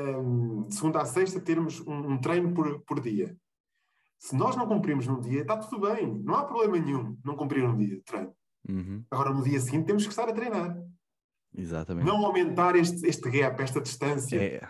[SPEAKER 2] de segunda a sexta, termos um treino por dia. Se nós não cumprimos num dia, está tudo bem. Não há problema nenhum não cumprir um dia de treino.
[SPEAKER 1] Uhum.
[SPEAKER 2] Agora, no dia seguinte, temos que estar a treinar.
[SPEAKER 1] Exatamente.
[SPEAKER 2] Não aumentar este gap, esta distância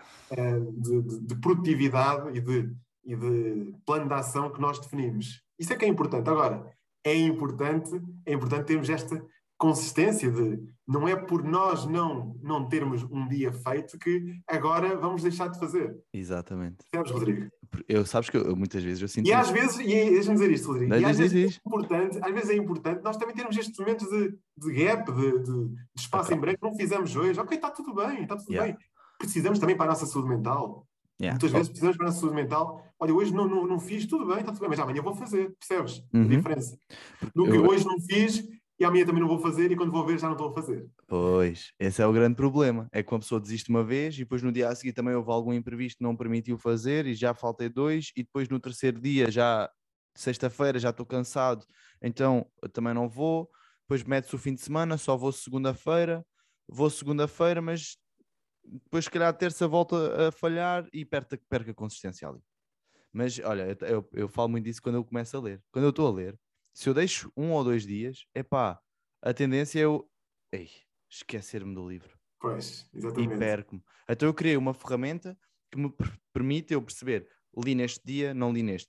[SPEAKER 2] de produtividade e de plano de ação que nós definimos. Isso é que é importante. Agora, é importante termos esta consistência não é por nós não termos um dia feito que agora vamos deixar de fazer.
[SPEAKER 1] Exatamente.
[SPEAKER 2] Sabes, Rodrigo?
[SPEAKER 1] Sabes que eu muitas vezes eu sinto...
[SPEAKER 2] E às vezes, deixa-me dizer isto, Rodrigo, às vezes é importante nós também termos estes momentos de gap, de espaço em branco que não fizemos hoje. Ok, está tudo bem. Precisamos também para a nossa saúde mental. Muitas vezes precisamos para a nossa saúde mental. Olha, hoje não fiz, tudo bem, mas amanhã vou fazer. Percebes a diferença? Do que hoje não fiz e amanhã também não vou fazer e quando vou ver já não estou a fazer.
[SPEAKER 1] Pois, esse é o grande problema. É que uma pessoa desiste uma vez e depois no dia a seguir também houve algum imprevisto que não permitiu fazer e já faltei 2 e depois no terceiro dia, já sexta-feira, já estou cansado, então eu também não vou. Depois mete-se o fim de semana, só vou segunda-feira, mas depois se calhar a terça volta a falhar e perca a consistência ali. Mas olha, eu falo muito disso quando eu começo a ler. Quando eu estou a ler, se eu deixo 1 ou 2 dias, a tendência é eu esquecer-me do livro.
[SPEAKER 2] Pois, exatamente.
[SPEAKER 1] E perco-me. Então eu criei uma ferramenta que me permite eu perceber, li neste dia, não li neste,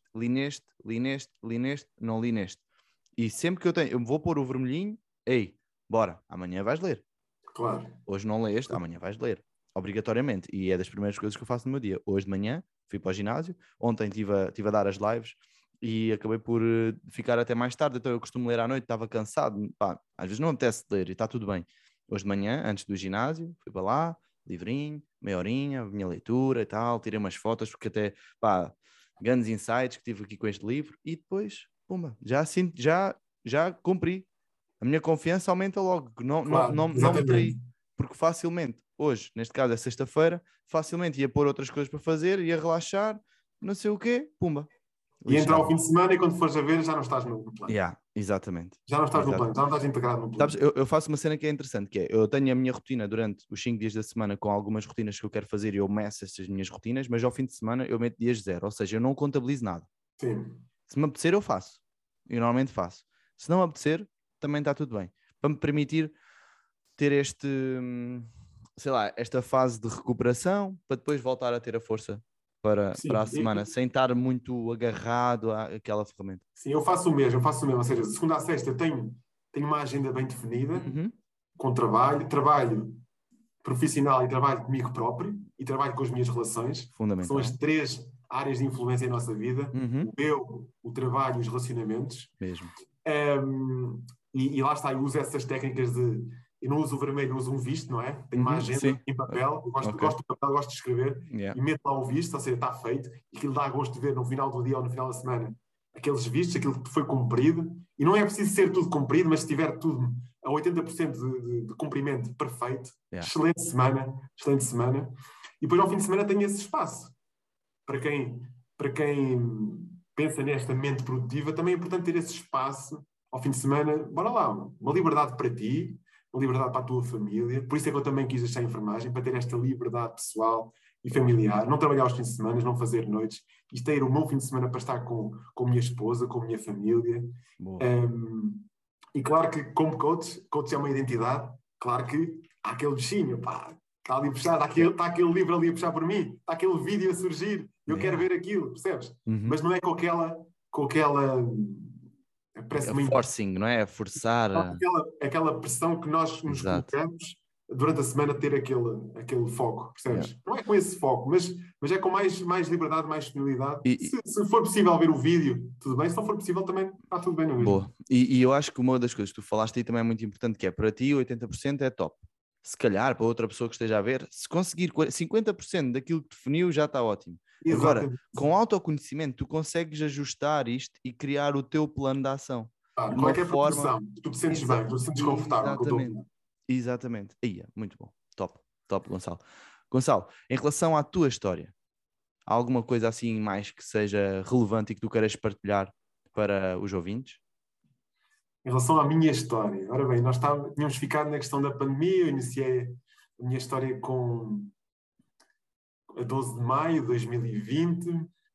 [SPEAKER 1] não li neste. E sempre que eu vou pôr o vermelhinho, bora, amanhã vais ler.
[SPEAKER 2] Claro.
[SPEAKER 1] Hoje não leste, amanhã vais ler. Obrigatoriamente. E é das primeiras coisas que eu faço no meu dia. Hoje de manhã fui para o ginásio, ontem estive a dar as lives e acabei por ficar até mais tarde, então eu costumo ler à noite, estava cansado, às vezes não me apetece ler e está tudo bem. Hoje de manhã, antes do ginásio, fui para lá, livrinho, meia horinha, minha leitura e tal, tirei umas fotos, porque até, grandes insights que tive aqui com este livro, e depois, já cumpri. A minha confiança aumenta logo, não me traí, porque facilmente, hoje, neste caso é sexta-feira, facilmente ia pôr outras coisas para fazer, ia relaxar, não sei o quê, pumba.
[SPEAKER 2] E entrar ao fim de semana e quando fores a ver já não estás no plano.
[SPEAKER 1] Exatamente.
[SPEAKER 2] Já não estás no plano, já não estás integrado no plano.
[SPEAKER 1] Sabes, eu faço uma cena que é interessante, que é, eu tenho a minha rotina durante os 5 dias da semana com algumas rotinas que eu quero fazer e eu meço essas minhas rotinas, mas ao fim de semana eu meto dias 0, ou seja, eu não contabilizo nada.
[SPEAKER 2] Sim.
[SPEAKER 1] Se me apetecer eu faço, eu normalmente faço. Se não apetecer, também está tudo bem. Para me permitir ter esta fase de recuperação, para depois voltar a ter a força para a semana, sem estar muito agarrado àquela ferramenta.
[SPEAKER 2] Sim, eu faço o mesmo, ou seja, de segunda a sexta eu tenho uma agenda bem definida, com trabalho profissional e trabalho comigo próprio, e trabalho com as minhas relações, que são as 3 áreas de influência em nossa vida, o eu, o trabalho e os relacionamentos.
[SPEAKER 1] Mesmo.
[SPEAKER 2] E lá está, eu uso essas técnicas eu não uso o vermelho, eu uso um visto, não é? Tenho uma agenda em papel, eu gosto de papel, gosto de escrever, e meto lá o visto, ou seja, está feito, e aquilo dá gosto de ver no final do dia ou no final da semana aqueles vistos, aquilo que foi cumprido, e não é preciso ser tudo cumprido, mas se tiver tudo a 80% de cumprimento perfeito, excelente semana, excelente semana. E depois ao fim de semana tenho esse espaço. Para quem pensa nesta mente produtiva, também é importante ter esse espaço ao fim de semana. Bora lá, uma liberdade para ti, uma liberdade para a tua família. Por isso é que eu também quis deixar a enfermagem, para ter esta liberdade pessoal e familiar. Não trabalhar aos fins de semana, não fazer noites. E ter o meu fim de semana para estar com a minha esposa, com a minha família. E claro que, como coach é uma identidade. Claro que há aquele bichinho, pá, está ali puxado, está aquele livro ali a puxar por mim, está aquele vídeo a surgir, eu quero ver aquilo, percebes? Mas não é com aquela parece
[SPEAKER 1] forcing, não é? Forçar.
[SPEAKER 2] Aquela pressão que nós nos colocamos durante a semana, ter aquele foco, percebes? Não é com esse foco, mas é com mais liberdade, mais disponibilidade. Se for possível ver o vídeo, tudo bem. Se não for possível, também está tudo bem, não é mesmo?
[SPEAKER 1] Boa. E eu acho que uma das coisas que tu falaste aí também é muito importante, que é, para ti 80% é top. Se calhar, para outra pessoa que esteja a ver, se conseguir 50% daquilo que definiu, já está ótimo. Exatamente. Agora, com autoconhecimento, tu consegues ajustar isto e criar o teu plano de ação.
[SPEAKER 2] Como é que é a produção? Tu te sentes bem, tu te sentes confortável com o teu plano.
[SPEAKER 1] Exatamente. Aí, muito bom. Top, Gonçalo. Gonçalo, em relação à tua história, há alguma coisa assim mais que seja relevante e que tu queiras partilhar para os ouvintes?
[SPEAKER 2] Em relação à minha história, ora bem, nós tínhamos ficado na questão da pandemia. Eu iniciei a minha história a 12 de maio de 2020.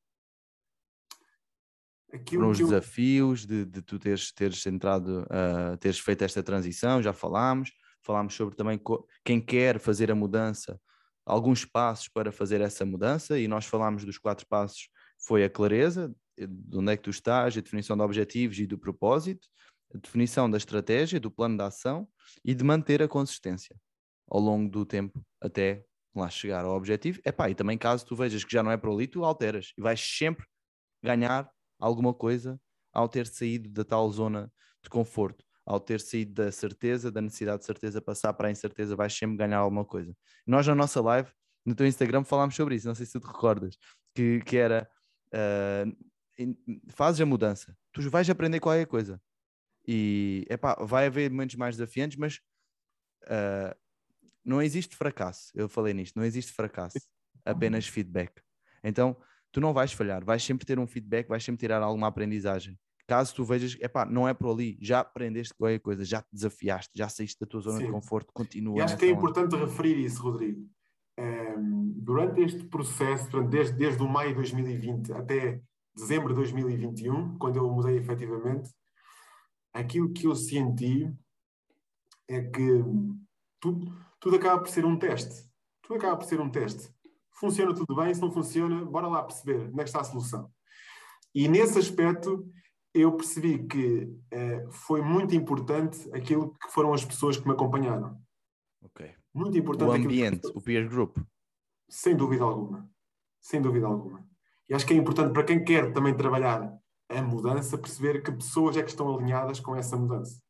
[SPEAKER 1] Foram os desafios de tu teres entrado, teres feito esta transição, já falámos sobre também quem quer fazer a mudança, alguns passos para fazer essa mudança, e nós falámos dos 4 passos. Foi a clareza, de onde é que tu estás, a definição de objetivos e do propósito, a definição da estratégia, do plano de ação e de manter a consistência ao longo do tempo até lá chegar ao objetivo. E também, caso tu vejas que já não é para ali, tu alteras e vais sempre ganhar alguma coisa ao ter saído da tal zona de conforto, ao ter saído da certeza, da necessidade de certeza, passar para a incerteza, vais sempre ganhar alguma coisa. Nós, na nossa live, no teu Instagram, falámos sobre isso, não sei se tu te recordas, que era fazes a mudança, tu vais aprender qualquer coisa e vai haver momentos mais desafiantes, mas não existe fracasso. Eu falei nisto, não existe fracasso, apenas feedback. Então tu não vais falhar, vais sempre ter um feedback, vais sempre tirar alguma aprendizagem. Caso tu vejas, não é por ali, já aprendeste qualquer coisa, já te desafiaste, já saíste da tua zona de conforto, continua.
[SPEAKER 2] E acho que é importante referir isso, Rodrigo. Durante este processo, desde o maio de 2020 até dezembro de 2021, quando eu mudei efetivamente, aquilo que eu senti é que tudo acaba por ser um teste. Tudo acaba por ser um teste. Funciona tudo bem, se não funciona, bora lá perceber onde é que está a solução. E nesse aspecto eu percebi que foi muito importante aquilo que foram as pessoas que me acompanharam.
[SPEAKER 1] Ok.
[SPEAKER 2] Muito importante
[SPEAKER 1] o ambiente, o peer group.
[SPEAKER 2] Sem dúvida alguma. Sem dúvida alguma. E acho que é importante para quem quer também trabalhar a mudança, perceber que pessoas é que estão alinhadas com essa mudança.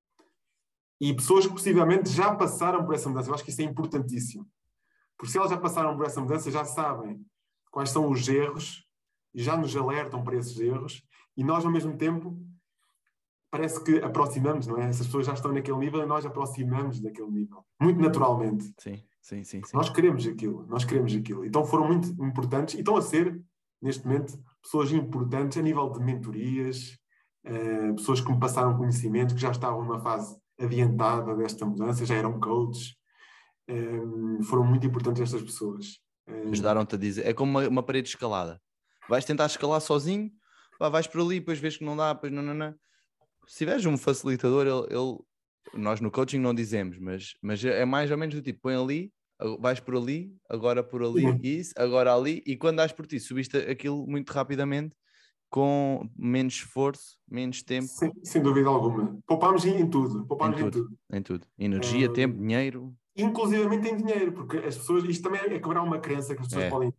[SPEAKER 2] E pessoas que possivelmente já passaram por essa mudança. Eu acho que isso é importantíssimo. Porque se elas já passaram por essa mudança, já sabem quais são os erros e já nos alertam para esses erros. E nós, ao mesmo tempo, parece que aproximamos, não é? Essas pessoas já estão naquele nível e nós aproximamos daquele nível. Muito naturalmente.
[SPEAKER 1] Sim.
[SPEAKER 2] Nós queremos aquilo. Então foram muito importantes e estão a ser, neste momento, pessoas importantes a nível de mentorias, pessoas que me passaram conhecimento, que já estavam numa fase adiantada desta mudança, já eram coaches. Foram muito importantes estas pessoas.
[SPEAKER 1] Ajudaram-te a dizer, é como uma parede de escalada. Vais tentar escalar sozinho, vais por ali, depois vês que não dá, depois não. Se tiveres um facilitador, nós no coaching não dizemos, mas é mais ou menos do tipo, põe ali, vais por ali, agora por ali, isso, agora ali, e quando dás por ti, subiste aquilo muito rapidamente, com menos esforço, menos tempo.
[SPEAKER 2] Sem dúvida alguma. Poupámos em tudo.
[SPEAKER 1] Em tudo. Energia, tempo, dinheiro.
[SPEAKER 2] Inclusivamente em dinheiro, porque as pessoas, isto também é quebrar uma crença que as pessoas podem.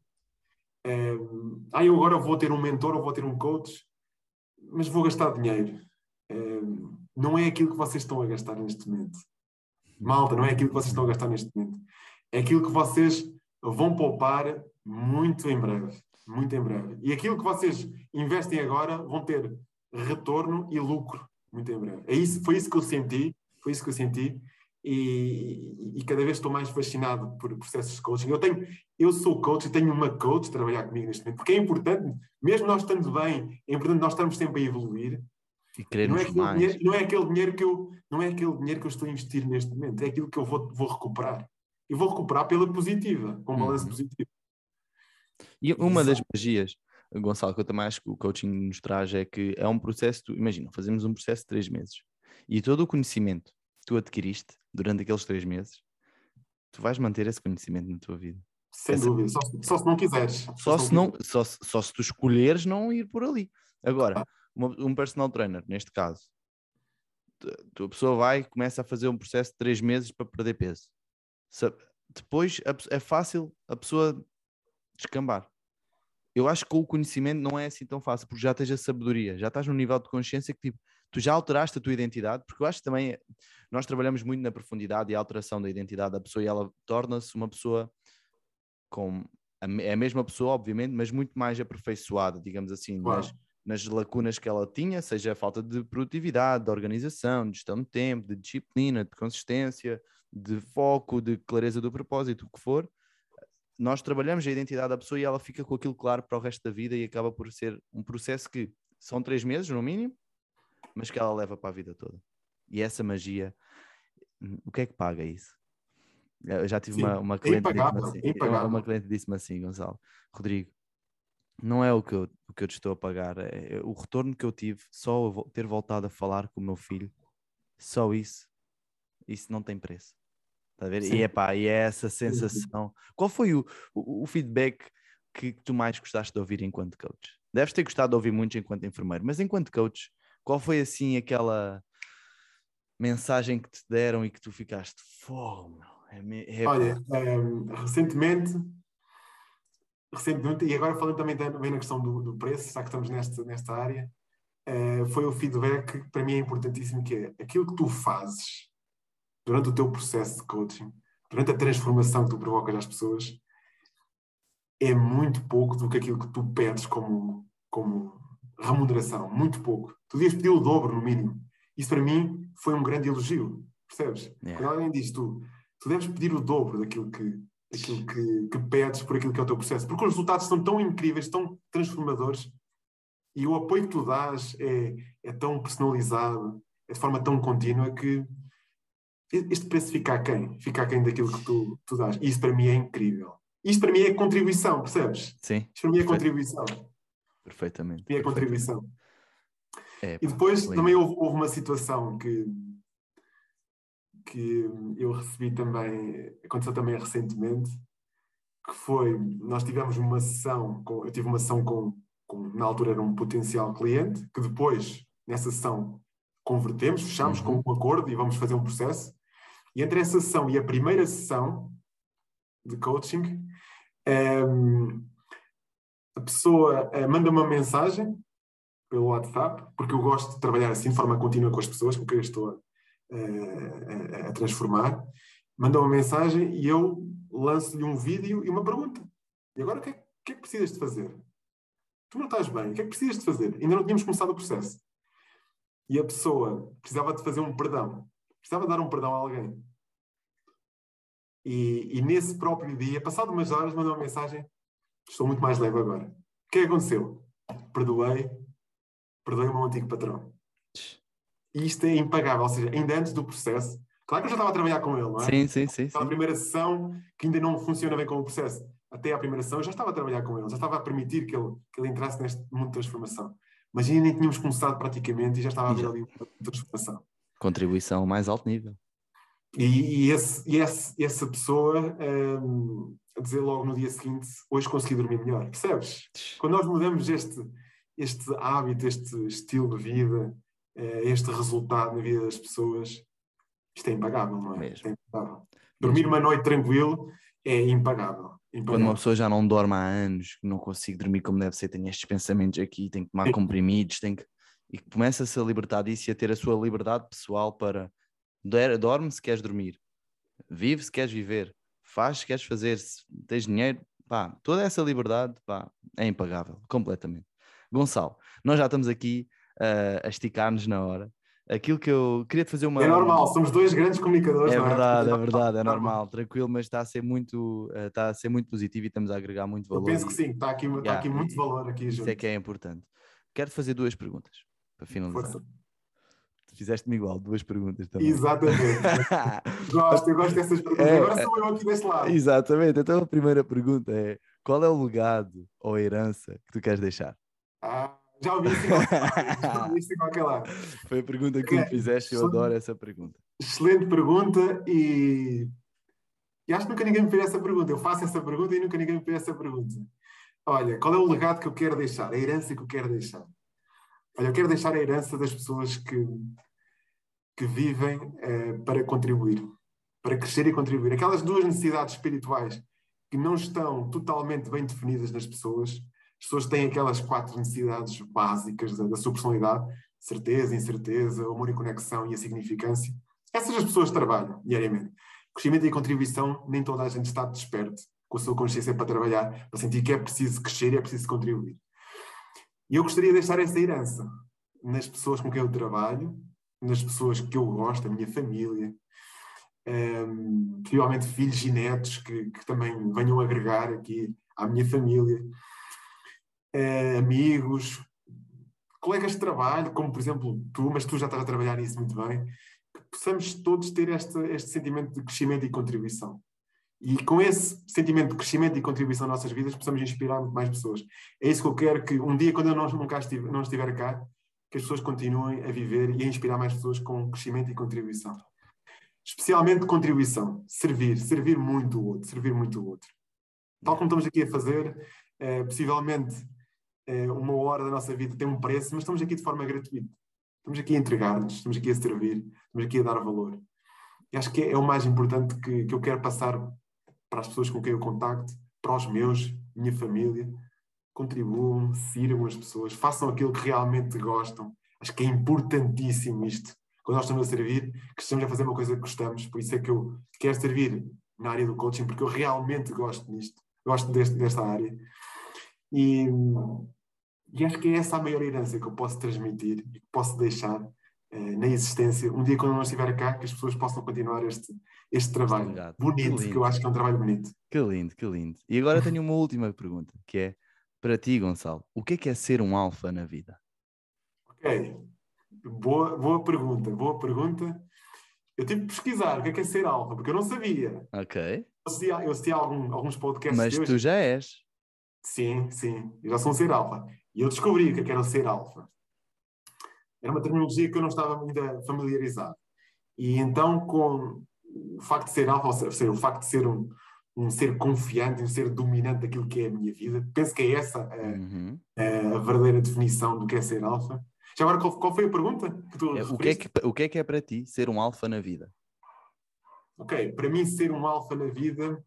[SPEAKER 2] Eu agora vou ter um mentor ou vou ter um coach, mas vou gastar dinheiro. Não é aquilo que vocês estão a gastar neste momento. Malta, não é aquilo que vocês estão a gastar neste momento. É aquilo que vocês vão poupar muito em breve. Muito em breve. E aquilo que vocês investem agora vão ter retorno e lucro muito em breve. Foi isso que eu senti. E cada vez estou mais fascinado por processos de coaching. Eu sou coach e tenho uma coach a trabalhar comigo neste momento, porque é importante, mesmo nós estando bem, é importante nós estarmos sempre a evoluir.
[SPEAKER 1] E queremos mais.
[SPEAKER 2] Não é aquele dinheiro que eu estou a investir neste momento, é aquilo que eu vou recuperar. E vou recuperar pela positiva, com um balanço positivo.
[SPEAKER 1] E uma das magias, Gonçalo, que eu também acho que o coaching nos traz é que é um processo, imagina, fazemos um processo de 3 meses e todo o conhecimento que tu adquiriste durante aqueles 3 meses, tu vais manter esse conhecimento na tua vida.
[SPEAKER 2] Sem dúvida, só se não quiseres.
[SPEAKER 1] Só se tu escolheres não ir por ali. Agora, um personal trainer, neste caso, a pessoa vai e começa a fazer um processo de 3 meses para perder peso. Depois é fácil a pessoa descambar. Eu acho que com o conhecimento não é assim tão fácil, porque já tens a sabedoria, já estás num nível de consciência que tipo, tu já alteraste a tua identidade, porque eu acho que também nós trabalhamos muito na profundidade e a alteração da identidade da pessoa e ela torna-se uma pessoa com a mesma pessoa, obviamente, mas muito mais aperfeiçoada, digamos assim,
[SPEAKER 2] Claro.
[SPEAKER 1] nas lacunas que ela tinha, seja a falta de produtividade, de organização, de gestão de tempo, de disciplina, de consistência, de foco, de clareza do propósito, o que for. Nós trabalhamos a identidade da pessoa e ela fica com aquilo claro para o resto da vida e acaba por ser um processo que são 3 meses, no mínimo, mas que ela leva para a vida toda. E essa magia, o que é que paga isso? Eu já tive uma cliente uma cliente disse-me assim, Gonçalo, Rodrigo, não é o que eu te estou a pagar, é o retorno que eu tive, só ter voltado a falar com o meu filho, só isso não tem preço. Está a ver? E é essa sensação. Qual foi o feedback que tu mais gostaste de ouvir enquanto coach? Deves ter gostado de ouvir muito enquanto enfermeiro, mas enquanto coach, qual foi assim aquela mensagem que te deram e que tu ficaste fogo?
[SPEAKER 2] Olha, recentemente, e agora falando também na questão do preço, já que estamos nesta área, foi o feedback que para mim é importantíssimo, que é aquilo que tu fazes durante o teu processo de coaching, durante a transformação que tu provocas às pessoas, é muito pouco do que aquilo que tu pedes como remuneração. Muito pouco. Tu devias pedir o dobro, no mínimo. Isso para mim foi um grande elogio. Percebes?
[SPEAKER 1] Yeah.
[SPEAKER 2] Quando alguém diz tu deves pedir o dobro daquilo que pedes por aquilo que é o teu processo. Porque os resultados são tão incríveis, tão transformadores, e o apoio que tu dás é tão personalizado, é de forma tão contínua, que este preço fica aquém daquilo que tu dás. E isso para mim é incrível. Isto para mim é contribuição, percebes?
[SPEAKER 1] Sim.
[SPEAKER 2] Isto para mim é contribuição.
[SPEAKER 1] Perfeitamente.
[SPEAKER 2] E é contribuição.
[SPEAKER 1] E
[SPEAKER 2] depois também houve uma situação que eu recebi também, aconteceu também recentemente, que foi, nós tivemos uma sessão, eu tive uma sessão na altura era um potencial cliente, que depois, nessa sessão, convertemos, fechámos com um acordo e vamos fazer um processo. E entre essa sessão e a primeira sessão de coaching, a pessoa manda uma mensagem pelo WhatsApp, porque eu gosto de trabalhar assim de forma contínua com as pessoas com quem eu estou a transformar. Manda uma mensagem e eu lanço-lhe um vídeo e uma pergunta. E agora o que é que precisas de fazer? Tu não estás bem, o que é que precisas de fazer? Ainda não tínhamos começado o processo. E a pessoa precisava de fazer um perdão. Precisava de dar um perdão a alguém. E nesse próprio dia, passado umas horas, mandou uma mensagem: estou muito mais leve agora. O que é que aconteceu? Perdoei o meu antigo patrão. E isto é impagável, ou seja, ainda antes do processo. Claro que eu já estava a trabalhar com ele, não é?
[SPEAKER 1] Sim.
[SPEAKER 2] A primeira sessão, que ainda não funciona bem com o processo. Até à primeira sessão, eu já estava a trabalhar com ele. Já estava a permitir que ele entrasse neste mundo de transformação. Mas ainda nem tínhamos começado praticamente e já estava a haver ali uma transformação.
[SPEAKER 1] Contribuição mais alto nível.
[SPEAKER 2] E essa pessoa a dizer logo no dia seguinte: hoje consegui dormir melhor. Percebes? Quando nós mudamos este hábito, este estilo de vida, este resultado na vida das pessoas, isto é impagável, não é? Isto é impagável. Dormir uma noite tranquilo é impagável.
[SPEAKER 1] Quando uma pessoa já não dorme há anos, não consigo dormir como deve ser, tenho estes pensamentos aqui, tenho que tomar comprimidos, e começa-se a libertar disso e a ter a sua liberdade pessoal para dorme se queres dormir, vive se queres viver, faz se queres fazer, se tens dinheiro, pá, toda essa liberdade, pá, é impagável, completamente. Gonçalo, nós já estamos aqui a esticar-nos na hora. Aquilo que eu queria te fazer
[SPEAKER 2] É normal, somos dois grandes comunicadores, não é?
[SPEAKER 1] É verdade, é normal, tranquilo, mas está a ser muito positivo e estamos a agregar muito
[SPEAKER 2] Eu
[SPEAKER 1] valor
[SPEAKER 2] penso que sim, está aqui muito valor aqui
[SPEAKER 1] isso é
[SPEAKER 2] junto.
[SPEAKER 1] que é importante. Quero-te fazer duas perguntas para finalizar.
[SPEAKER 2] Força.
[SPEAKER 1] Fizeste-me igual, duas perguntas também.
[SPEAKER 2] Exatamente. Eu gosto dessas perguntas. Agora sou eu aqui deste lado.
[SPEAKER 1] Exatamente. Então a primeira pergunta é: qual é o legado ou a herança que tu queres deixar?
[SPEAKER 2] Já ouvi isso em qualquer lado. Já ouvi isso em qualquer lado.
[SPEAKER 1] Foi a pergunta que tu me
[SPEAKER 2] Ok,
[SPEAKER 1] fizeste, eu adoro essa pergunta.
[SPEAKER 2] excelente pergunta e acho que nunca ninguém me fez essa pergunta. Eu faço essa pergunta e nunca ninguém me fez essa pergunta. Olha, qual é o legado que eu quero deixar? A herança que eu quero deixar? Olha, eu quero deixar a herança das pessoas que vivem para contribuir, para crescer e contribuir. Aquelas duas necessidades espirituais que não estão totalmente bem definidas nas pessoas. As pessoas têm aquelas 4 necessidades básicas da sua personalidade: certeza, incerteza, amor e conexão e a significância. Essas as pessoas trabalham diariamente. Crescimento e contribuição, nem toda a gente está desperto com a sua consciência para trabalhar, para sentir que é preciso crescer e é preciso contribuir. E eu gostaria de deixar essa herança nas pessoas com quem eu trabalho, nas pessoas que eu gosto, a minha família, possivelmente filhos e netos que também venham agregar aqui à minha família, amigos, colegas de trabalho, como por exemplo tu, mas tu já estás a trabalhar nisso muito bem, que possamos todos ter este sentimento de crescimento e contribuição. E com esse sentimento de crescimento e contribuição nas nossas vidas, possamos inspirar muito mais pessoas. É isso que eu quero que um dia, quando eu não estiver cá, que as pessoas continuem a viver e a inspirar mais pessoas com crescimento e contribuição. Especialmente contribuição. Servir muito o outro. Servir muito o outro. Tal como estamos aqui a fazer, possivelmente uma hora da nossa vida tem um preço, mas estamos aqui de forma gratuita. Estamos aqui a entregar-nos, estamos aqui a servir, estamos aqui a dar valor. E acho que é o mais importante que eu quero passar para as pessoas com quem eu contacto, para os meus, minha família. Contribuam, sirvam as pessoas, façam aquilo que realmente gostam. Acho que é importantíssimo isto. Quando nós estamos a servir, que estamos a fazer uma coisa que gostamos. Por isso é que eu quero servir na área do coaching, porque eu realmente gosto disto. Gosto desta área. E acho que é essa a maior herança que eu posso transmitir e que posso deixar na existência. Um dia, quando eu não estiver cá, que as pessoas possam continuar este trabalho bonito, que eu acho que é um trabalho bonito.
[SPEAKER 1] Que lindo, que lindo. E agora tenho uma última pergunta, que é para ti, Gonçalo. O que é ser um alfa na vida?
[SPEAKER 2] Ok. Boa pergunta, boa pergunta. Eu tive de pesquisar o que é ser alfa, porque eu não sabia.
[SPEAKER 1] Ok.
[SPEAKER 2] Eu assisti a alguns podcasts
[SPEAKER 1] Mas
[SPEAKER 2] teus.
[SPEAKER 1] tu já és.
[SPEAKER 2] Sim, eu já sou um ser alfa. E eu descobri o que era o ser alfa. Era uma terminologia que eu não estava muito familiarizado. E então, com o facto de ser alfa, ou seja, o facto de ser um ser confiante, um ser dominante daquilo que é a minha vida, penso que é essa a verdadeira definição do que é ser alfa. Já agora, qual foi a pergunta que tu referiste?
[SPEAKER 1] O que é para ti ser um alfa na vida?
[SPEAKER 2] Ok, para mim ser um alfa na vida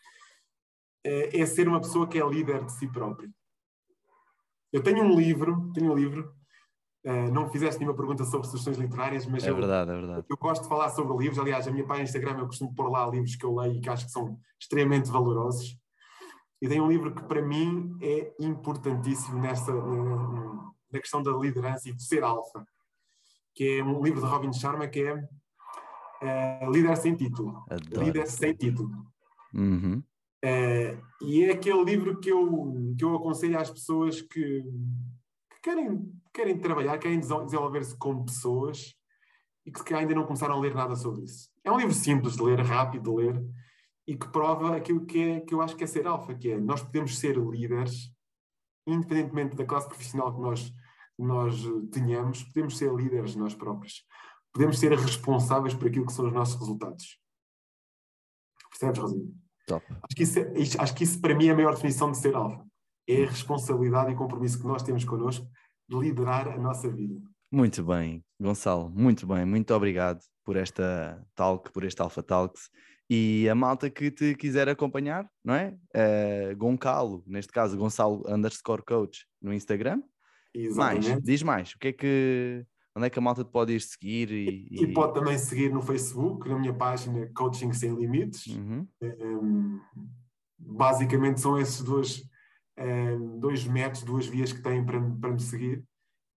[SPEAKER 2] é ser uma pessoa que é líder de si própria. Eu tenho um livro, não fizeste nenhuma pergunta sobre sugestões literárias, mas
[SPEAKER 1] é verdade.
[SPEAKER 2] Eu gosto de falar sobre livros. Aliás, a minha página Instagram eu costumo pôr lá livros que eu leio e que acho que são extremamente valorosos. E tem um livro que para mim é importantíssimo na questão da liderança e de ser alfa, que é um livro de Robin Sharma, que é Líder Sem Título.
[SPEAKER 1] Adoro.
[SPEAKER 2] Líder Sem Título.
[SPEAKER 1] Uhum.
[SPEAKER 2] E é aquele livro que eu aconselho às pessoas que querem trabalhar, querem desenvolver-se como pessoas e que ainda não começaram a ler nada sobre isso. É um livro simples de ler, rápido de ler, e que prova aquilo que eu acho que é ser alfa, que é nós podemos ser líderes, independentemente da classe profissional que nós tenhamos, podemos ser líderes nós próprios. Podemos ser responsáveis por aquilo que são os nossos resultados. Percebes, Rosinho?
[SPEAKER 1] Top.
[SPEAKER 2] Acho que isso para mim é a maior definição de ser alfa. É a responsabilidade e compromisso que nós temos connosco de liderar a nossa vida.
[SPEAKER 1] Muito bem, Gonçalo, muito bem. Muito obrigado por esta talk, por este Alpha Talks. E a malta que te quiser acompanhar, não é? Goncalo, neste caso, Gonçalo_coach no Instagram.
[SPEAKER 2] Exatamente.
[SPEAKER 1] Diz mais, onde é que a malta te pode ir seguir?
[SPEAKER 2] E pode também seguir no Facebook, na minha página Coaching Sem Limites.
[SPEAKER 1] Uhum.
[SPEAKER 2] basicamente são esses dois métodos, duas vias que têm para me seguir.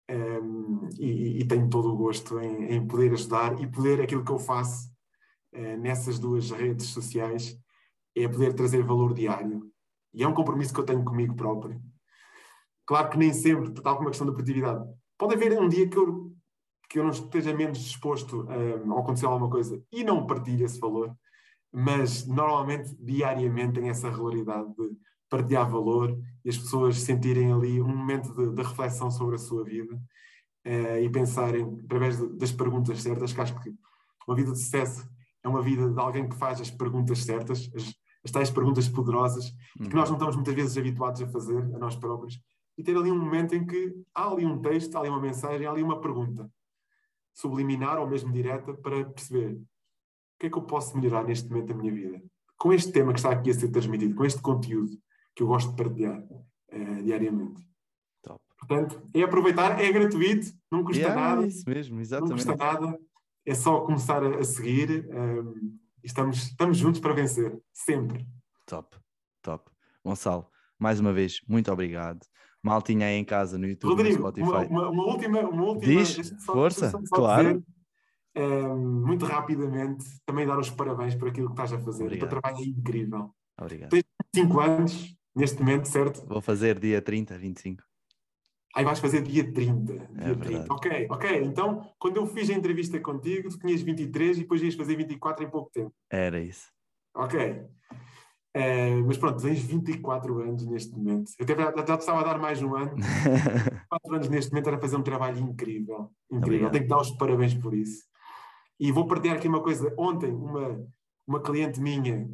[SPEAKER 2] E tenho todo o gosto em poder ajudar e poder, aquilo que eu faço nessas duas redes sociais, é poder trazer valor diário. E é um compromisso que eu tenho comigo próprio. Claro que nem sempre, tal como a questão da produtividade. Pode haver um dia que eu não esteja menos disposto a acontecer alguma coisa e não partilho esse valor, mas normalmente, diariamente, tenho essa regularidade de partilhar valor e as pessoas sentirem ali um momento de reflexão sobre a sua vida e pensarem, através das perguntas certas, que acho que uma vida de sucesso é uma vida de alguém que faz as perguntas certas, as tais perguntas poderosas, que nós não estamos muitas vezes habituados a fazer, a nós próprios, e ter ali um momento em que há ali um texto, há ali uma mensagem, há ali uma pergunta, subliminar ou mesmo direta, para perceber o que é que eu posso melhorar neste momento da minha vida. Com este tema que está aqui a ser transmitido, com este conteúdo que eu gosto de partilhar diariamente.
[SPEAKER 1] Top.
[SPEAKER 2] Portanto, é aproveitar, é gratuito, não custa nada.
[SPEAKER 1] Isso mesmo, exatamente.
[SPEAKER 2] Não custa nada, é só começar a seguir e estamos juntos para vencer, sempre.
[SPEAKER 1] Top. Gonçalo, mais uma vez, muito obrigado. Maltinha aí em casa, no YouTube,
[SPEAKER 2] Rodrigo,
[SPEAKER 1] no Spotify.
[SPEAKER 2] uma última.
[SPEAKER 1] Diz, força, claro.
[SPEAKER 2] Dizer, muito rapidamente, também dar os parabéns por aquilo que estás a fazer.
[SPEAKER 1] Obrigado.
[SPEAKER 2] O teu trabalho é incrível.
[SPEAKER 1] Obrigado.
[SPEAKER 2] Tens 5 anos, neste momento, certo?
[SPEAKER 1] Vou fazer dia 30, 25.
[SPEAKER 2] Aí vais fazer dia 30.
[SPEAKER 1] É verdade.
[SPEAKER 2] Ok. Então, quando eu fiz a entrevista contigo, tu tinhas 23 e depois ias fazer 24 em pouco tempo.
[SPEAKER 1] Era isso.
[SPEAKER 2] Ok. Mas pronto, tens 24 anos neste momento. Eu já te estava a dar mais um ano. 4 anos neste momento era fazer um trabalho incrível.
[SPEAKER 1] Obrigado.
[SPEAKER 2] Tenho que dar os parabéns por isso. E vou partilhar aqui uma coisa. Ontem, uma cliente minha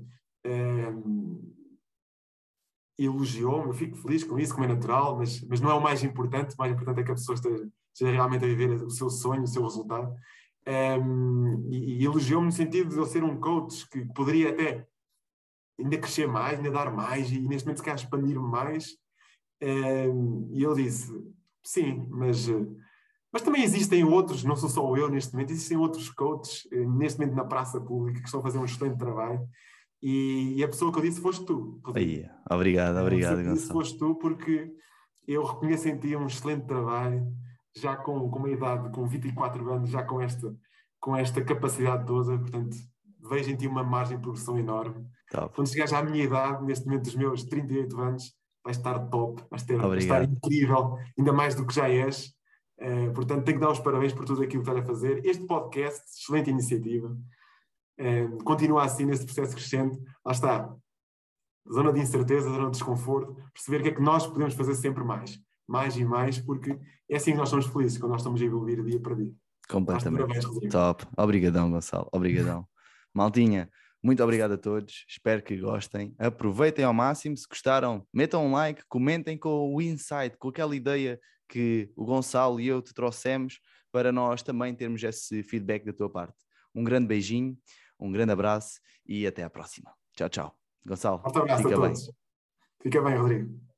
[SPEAKER 2] elogiou-me. Eu fico feliz com isso, como é natural, mas não é o mais importante. O mais importante é que a pessoa esteja realmente a viver o seu sonho, o seu resultado. E elogiou-me no sentido de eu ser um coach que poderia até ainda crescer mais, ainda dar mais e neste momento se quer expandir-me mais. E ele disse, sim, mas também existem outros, não sou só eu neste momento, existem outros coaches neste momento na praça pública que estão a fazer um excelente trabalho e a pessoa que eu disse foste tu.
[SPEAKER 1] Aí, obrigado, Gonçalo.
[SPEAKER 2] Disse foste tu porque eu reconheço em ti um excelente trabalho, já com uma idade, com 24 anos, já com esta capacidade toda, portanto vejo em ti uma margem de progressão enorme.
[SPEAKER 1] Top.
[SPEAKER 2] Quando chegares à minha idade, neste momento dos meus 38 anos, vais estar top, vais estar incrível, ainda mais do que já és. Portanto, tenho que dar os parabéns por tudo aquilo que estás a fazer. Este podcast, excelente iniciativa. Continua assim nesse processo crescente. Lá está. Zona de incerteza, zona de desconforto. Perceber o que é que nós podemos fazer sempre mais. Mais e mais, porque é assim que nós somos felizes, quando nós estamos a evoluir dia para dia.
[SPEAKER 1] Completamente. Top. Obrigadão, Gonçalo. Obrigadão. Maltinha, muito obrigado a todos. Espero que gostem. Aproveitem ao máximo. Se gostaram, metam um like, comentem com o insight, com aquela ideia que o Gonçalo e eu te trouxemos para nós também termos esse feedback da tua parte. Um grande beijinho, um grande abraço e até à próxima. Tchau, tchau. Gonçalo,
[SPEAKER 2] fica bem. Fica bem, Rodrigo.